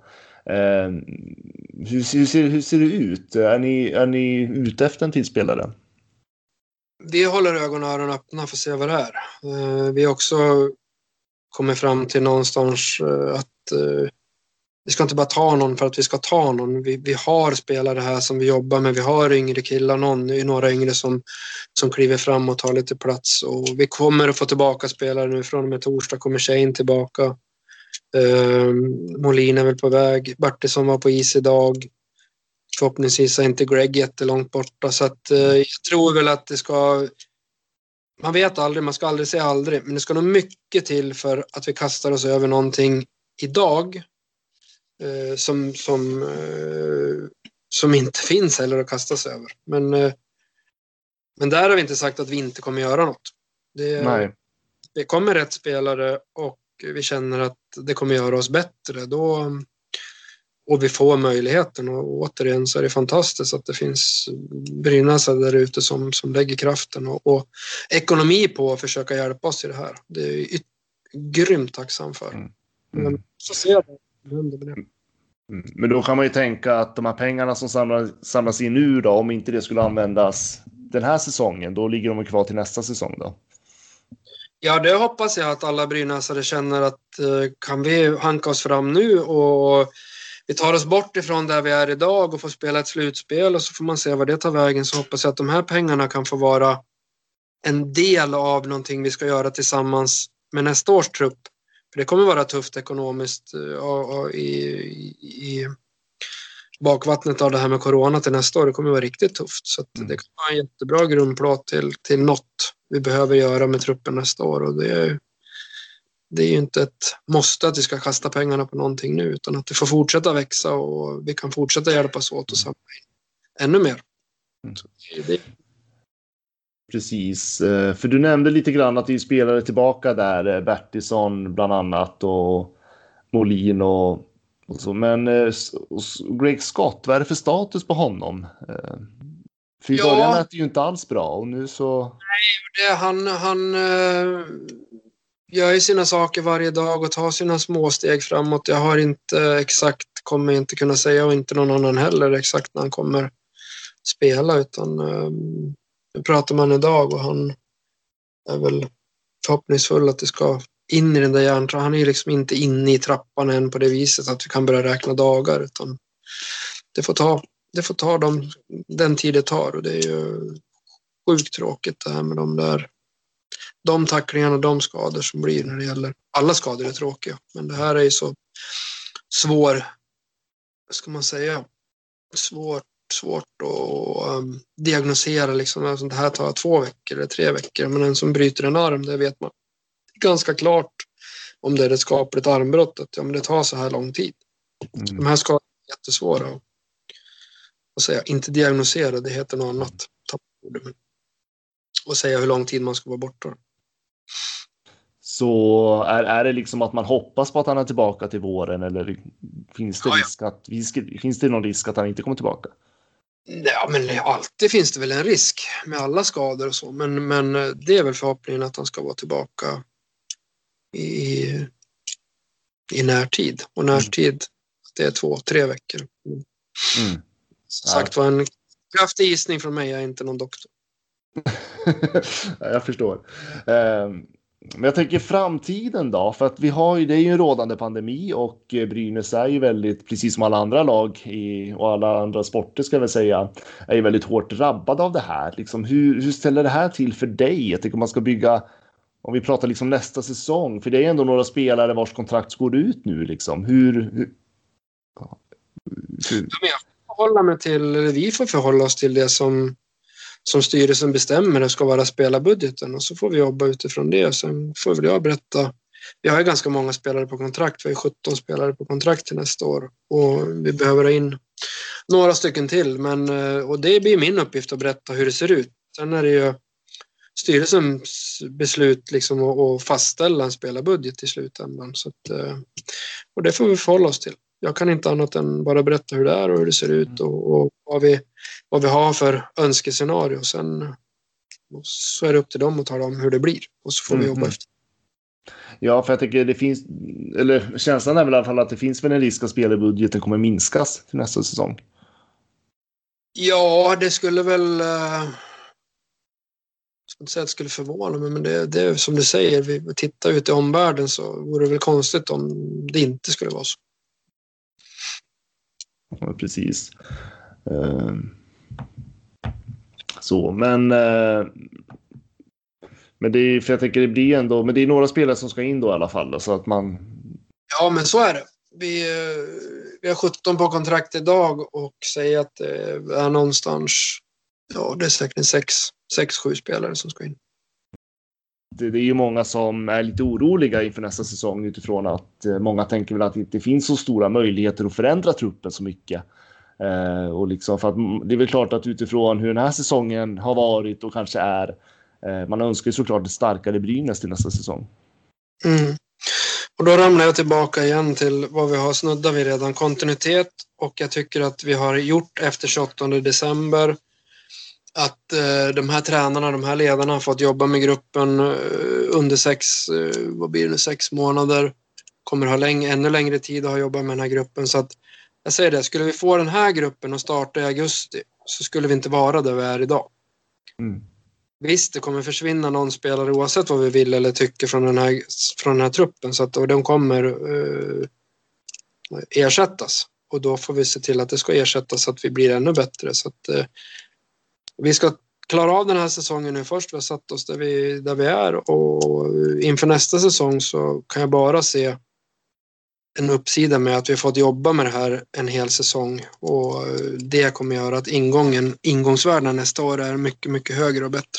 Hur ser det ut? Är ni ute efter en till spelare? Vi håller ögon och öron öppna för att se vad det är. Vi har också kommit fram till någonstans att vi ska inte bara ta någon för att vi ska ta någon. Vi har spelare här som vi jobbar med. Vi har yngre killar, några yngre som kliver fram och tar lite plats. Och vi kommer att få tillbaka spelare nu. Från och med torsdag kommer Shane tillbaka. Molin är väl på väg. Bertilsson var på is idag. Förhoppningsvis är inte Greg jättelångt borta. Så att, jag tror väl att det ska... Man vet aldrig, man ska aldrig säga aldrig. Men det ska nog mycket till för att vi kastar oss över någonting idag som inte finns heller att kasta sig över. Men där har vi inte sagt att vi inte kommer göra något. Det kommer rätt spelare och vi känner att det kommer göra oss bättre. Och vi får möjligheten, och återigen så är det fantastiskt att det finns Brynäsare där ute som lägger kraften och ekonomi på att försöka hjälpa oss i det här. Det är jag grymt tacksam för. Men så ser jag det. Men då kan man ju tänka att de här pengarna som samlas in nu då, om inte det skulle användas den här säsongen, då ligger de kvar till nästa säsong då? Ja, det hoppas jag att alla Brynäsare känner att kan vi hanka oss fram nu och vi tar oss bort ifrån där vi är idag och får spela ett slutspel och så får man se vad det tar vägen, så hoppas jag att de här pengarna kan få vara en del av någonting vi ska göra tillsammans med nästa års trupp. För det kommer vara tufft ekonomiskt i bakvattnet av det här med corona till nästa år. Det kommer vara riktigt tufft. Så att det kan vara en jättebra grundplåt till något vi behöver göra med truppen nästa år. Och det är ju inte ett måste att vi ska kasta pengarna på någonting nu, utan att det får fortsätta växa och vi kan fortsätta hjälpas åt och samla ännu mer. Precis, för du nämnde lite grann att vi spelade tillbaka där, Bertilsson bland annat och Molin och så. Men Greg Scott, vad är det för status på honom? För i början är det ju inte alls bra och nu så... Nej, han gör ju sina saker varje dag och tar sina små steg framåt. Jag har inte kommer inte kunna säga, och inte någon annan heller exakt när han kommer spela, utan nu pratar man idag och han är väl förhoppningsfull att det ska in i den där hjärnan. Han är ju liksom inte inne i trappan än på det viset att vi kan börja räkna dagar, utan det får ta den tid det tar, och det är ju sjukt tråkigt det här med de tacklingarna och de skador som blir när det gäller. Alla skador är tråkiga, men det här är ju så svårt att diagnosera liksom. Alltså, det här tar 2 veckor eller 3 veckor, men en som bryter en arm, det vet man ganska klart om det är ett skapligt armbrott, att men det tar så här lång tid. De här skadorna är jättesvåra att säga, inte diagnosera, det heter något annat, och säga hur lång tid man ska vara borta. Så är det liksom att man hoppas på att han är tillbaka till våren, eller finns det någon risk att han inte kommer tillbaka? Ja, men alltid finns det väl en risk med alla skador och så, men det är väl förhoppningen att han ska vara tillbaka i närtid, och närtid det är 2-3 veckor. Sagt var en kraftig gissning från mig, jag är inte någon doktor. Jag förstår. Men jag tänker framtiden då, för att det är ju en rådande pandemi och Brynäs är ju väldigt, precis som alla andra lag och alla andra sporter ska jag väl säga, är ju väldigt hårt drabbade av det här. Liksom, hur ställer det här till för dig? Jag tycker man ska bygga, om vi pratar liksom nästa säsong, för det är ändå några spelare vars kontrakt går ut nu liksom. Vi får förhålla oss till det som styrelsen bestämmer, det ska vara spelarbudgeten, och så får vi jobba utifrån det. Sen får väl jag berätta vi har ju ganska många spelare på kontrakt. Vi har 17 spelare på kontrakt till nästa år. Och vi behöver ha in några stycken till. Och det blir min uppgift att berätta hur det ser ut. Sen är det ju styrelsens beslut liksom att fastställa en spelarbudget i slutändan. Så att, och det får vi förhålla oss till. Jag kan inte annat än bara berätta hur det är och hur det ser ut och vad vi har för önskescenario. Sen så är det upp till dem att tala om hur det blir och så får vi jobba efter. Ja, för jag tycker det finns, eller känslan är väl i alla fall att det finns väl en risk att spelarbudgeten kommer minskas till nästa säsong. Ja, det skulle väl jag ska inte säga att det skulle förvåna mig, men det är som du säger, vi tittar ut i omvärlden så vore det väl konstigt om det inte skulle vara så. Ja, precis. Så, men det är, för jag tänker det blir ändå, men det är några spelare som ska in då i alla fall, så att man... Ja, men så är det. Vi har 17 på kontrakt idag och säger att det är någonstans, ja, det är säkert 6-7 spelare som ska in. Det är ju många som är lite oroliga inför nästa säsong utifrån att många tänker väl att det inte finns så stora möjligheter att förändra truppen så mycket. Och liksom för att det är väl klart att utifrån hur den här säsongen har varit och kanske är, man önskar ju såklart ett starkare Brynäs till nästa säsong. Och då ramlar jag tillbaka igen till vad vi har snuddat vid redan, kontinuitet, och jag tycker att vi har gjort efter 28 december att de här tränarna, de här ledarna har fått jobba med gruppen under 6 månader, kommer ha ännu längre tid att ha jobbat med den här gruppen. Så att jag säger det, skulle vi få den här gruppen att starta i augusti så skulle vi inte vara där vi är idag. Visst, det kommer försvinna någon spelare oavsett vad vi vill eller tycker från den här truppen, så att, och de kommer ersättas, och då får vi se till att det ska ersättas så att vi blir ännu bättre. Så att vi ska klara av den här säsongen nu först. Vi har satt oss där vi är, och inför nästa säsong så kan jag bara se en uppsida med att vi fått jobba med det här en hel säsong, och det kommer göra att ingångsvärdena nästa år är mycket, mycket högre och bättre.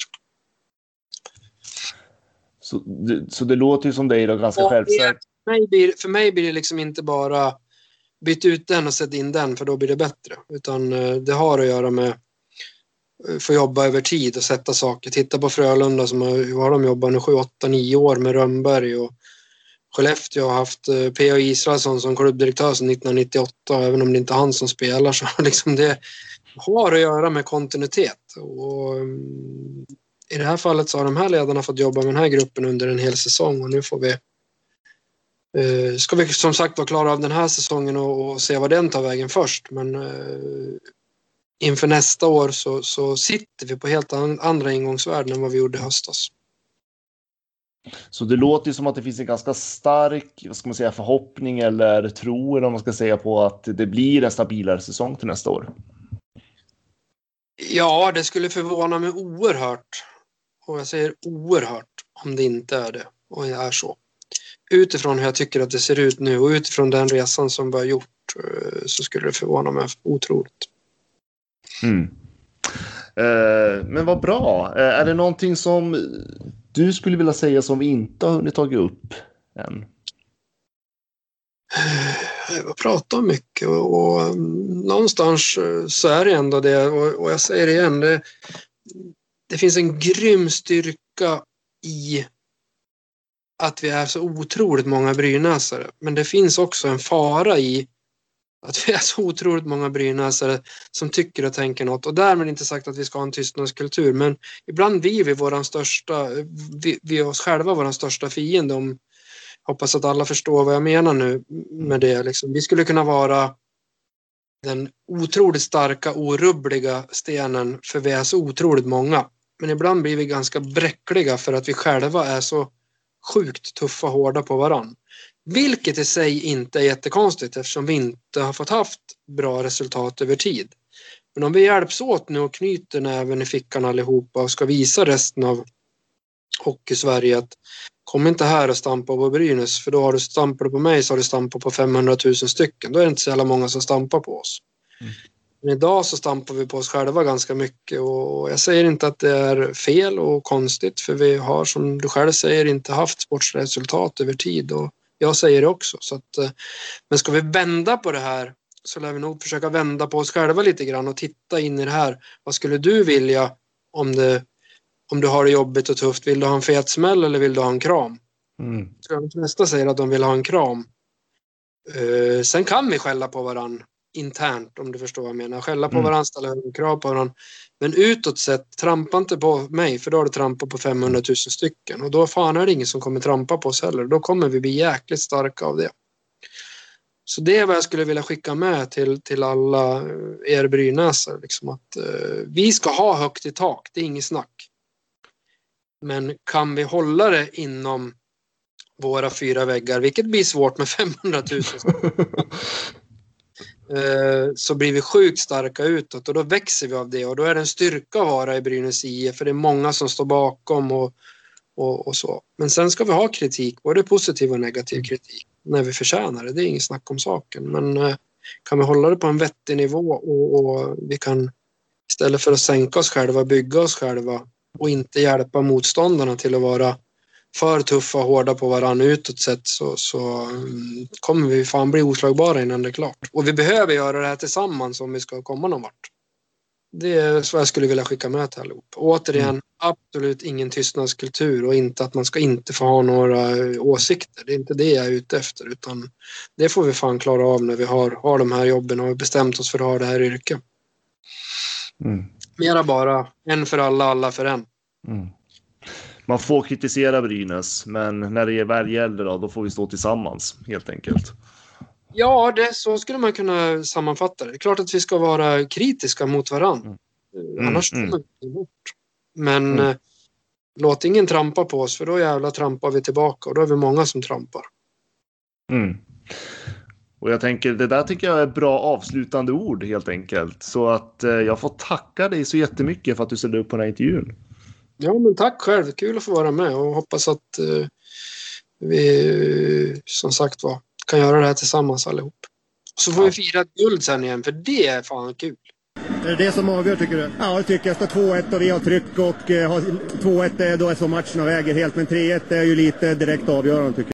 Så det låter ju som dig då ganska självsäkert. För mig blir det liksom inte bara byt ut den och sätt in den för då blir det bättre, utan det har att göra med få jobba över tid och sätta saker. Titta på Frölunda som har de jobbat nu 7, 8, 9 år med Rönnberg, och Skellefteå har haft P.A. Israelsson som klubbdirektör sedan 1998, även om det inte är han som spelar, så liksom det har att göra med kontinuitet. Och i det här fallet så har de här ledarna fått jobba med den här gruppen under en hel säsong, och nu får vi ska vi som sagt vara klara av den här säsongen och se vad den tar vägen först, men inför nästa år så sitter vi på helt andra ingångsvärden än vad vi gjorde i höstas. Så det låter ju som att det finns en ganska stark, vad ska man säga, förhoppning eller tro, eller om man ska säga, på att det blir en stabilare säsong till nästa år. Ja, det skulle förvåna mig oerhört, och jag säger oerhört, om det inte är det, och det är så. Utifrån hur jag tycker att det ser ut nu och utifrån den resan som vi har gjort, så skulle det förvåna mig otroligt. Men vad bra. Är det någonting som du skulle vilja säga som vi inte har hunnit tagit upp än? Jag pratar mycket och någonstans så är det ändå det, och jag säger det igen, det finns en grym styrka i att vi är så otroligt många brynäsare, men det finns också en fara i att vi är så otroligt många brynäsare som tycker och tänker något, och därmed inte sagt att vi ska ha en tystnadskultur, men ibland vi oss själva våran största fiende. Hoppas att alla förstår vad jag menar nu med det. Liksom. Vi skulle kunna vara den otroligt starka, orubbliga stenen, för vi är så otroligt många, men ibland blir vi ganska bräckliga för att vi själva är så sjukt tuffa och hårda på varann. Vilket i sig inte är jättekonstigt eftersom vi inte har fått haft bra resultat över tid. Men om vi hjälps åt nu och knyter näven i fickan allihopa och ska visa resten av Hockey-Sverige att kom inte här och stampa på Brynäs, för då har du stampat på mig så har du stampat på 500 000 stycken. Då är det inte så jävla många som stampar på oss. Men idag så stampar vi på oss själva ganska mycket och jag säger inte att det är fel och konstigt, för vi har, som du själv säger, inte haft sportsresultat över tid, och jag säger det också. Så att, men ska vi vända på det här så lär vi nog försöka vända på oss själva lite grann och titta in i det här. Vad skulle du vilja om du har det jobbigt och tufft? Vill du ha en fet smäll eller vill du ha en kram? Så de flesta säger att de vill ha en kram. Sen kan vi skälla på varann internt, om du förstår vad jag menar. Skälla på varann, ställa högre krav på varann. Men utåt sett, trampa inte på mig, för då har du trampat på 500 000 stycken. Och då fan är det ingen som kommer trampa på oss heller. Då kommer vi bli jäkligt starka av det. Så det är vad jag skulle vilja skicka med till alla er Brynäsare. Liksom att vi ska ha högt i tak, det är inget snack. Men kan vi hålla det inom våra 4 väggar, vilket blir svårt med 500 000 så blir vi sjukt starka utåt, och då växer vi av det, och då är det en styrka att vara i Brynäs IF, för det är många som står bakom och så. Men sen ska vi ha kritik, både positiv och negativ kritik, när vi förtjänar det. Det är inget snack om saken. Men kan vi hålla det på en vettig nivå och vi kan, istället för att sänka oss själva, bygga oss själva och inte hjälpa motståndarna till att vara för tuffa och hårda på varandra utåt sett, så kommer vi fan bli oslagbara innan det är klart. Och vi behöver göra det här tillsammans om vi ska komma någon vart. Det är så jag skulle vilja skicka med till allihop. Återigen, absolut ingen tystnadskultur, och inte att man ska inte få ha några åsikter. Det är inte det jag är ute efter, utan det får vi fan klara av när vi har de här jobben och bestämt oss för att ha det här yrket. Mera bara en för alla, alla för en. Man får kritisera Brynäs, men när det väl gäller då får vi stå tillsammans, helt enkelt. Ja, så skulle man kunna sammanfatta det. Det är klart att vi ska vara kritiska mot varandra. Annars kommer vi bort. Men låt ingen trampa på oss, för då jävla trampar vi tillbaka, och då är vi många som trampar. Och jag tänker, det där tycker jag är bra avslutande ord, helt enkelt. Så att jag får tacka dig så jättemycket för att du ställde upp på den här intervjun. Ja, men tack själv. Kul att få vara med, och hoppas att vi som sagt kan göra det här tillsammans allihop. Och så får vi fira ett guld sen igen, för det är fan kul. Är det det som avgör, tycker du? Ja, jag tycker jag står 2-1 och vi har tryck, och 2-1 då är så matcherna väger helt, men 3-1 är ju lite direkt avgörande, tycker jag.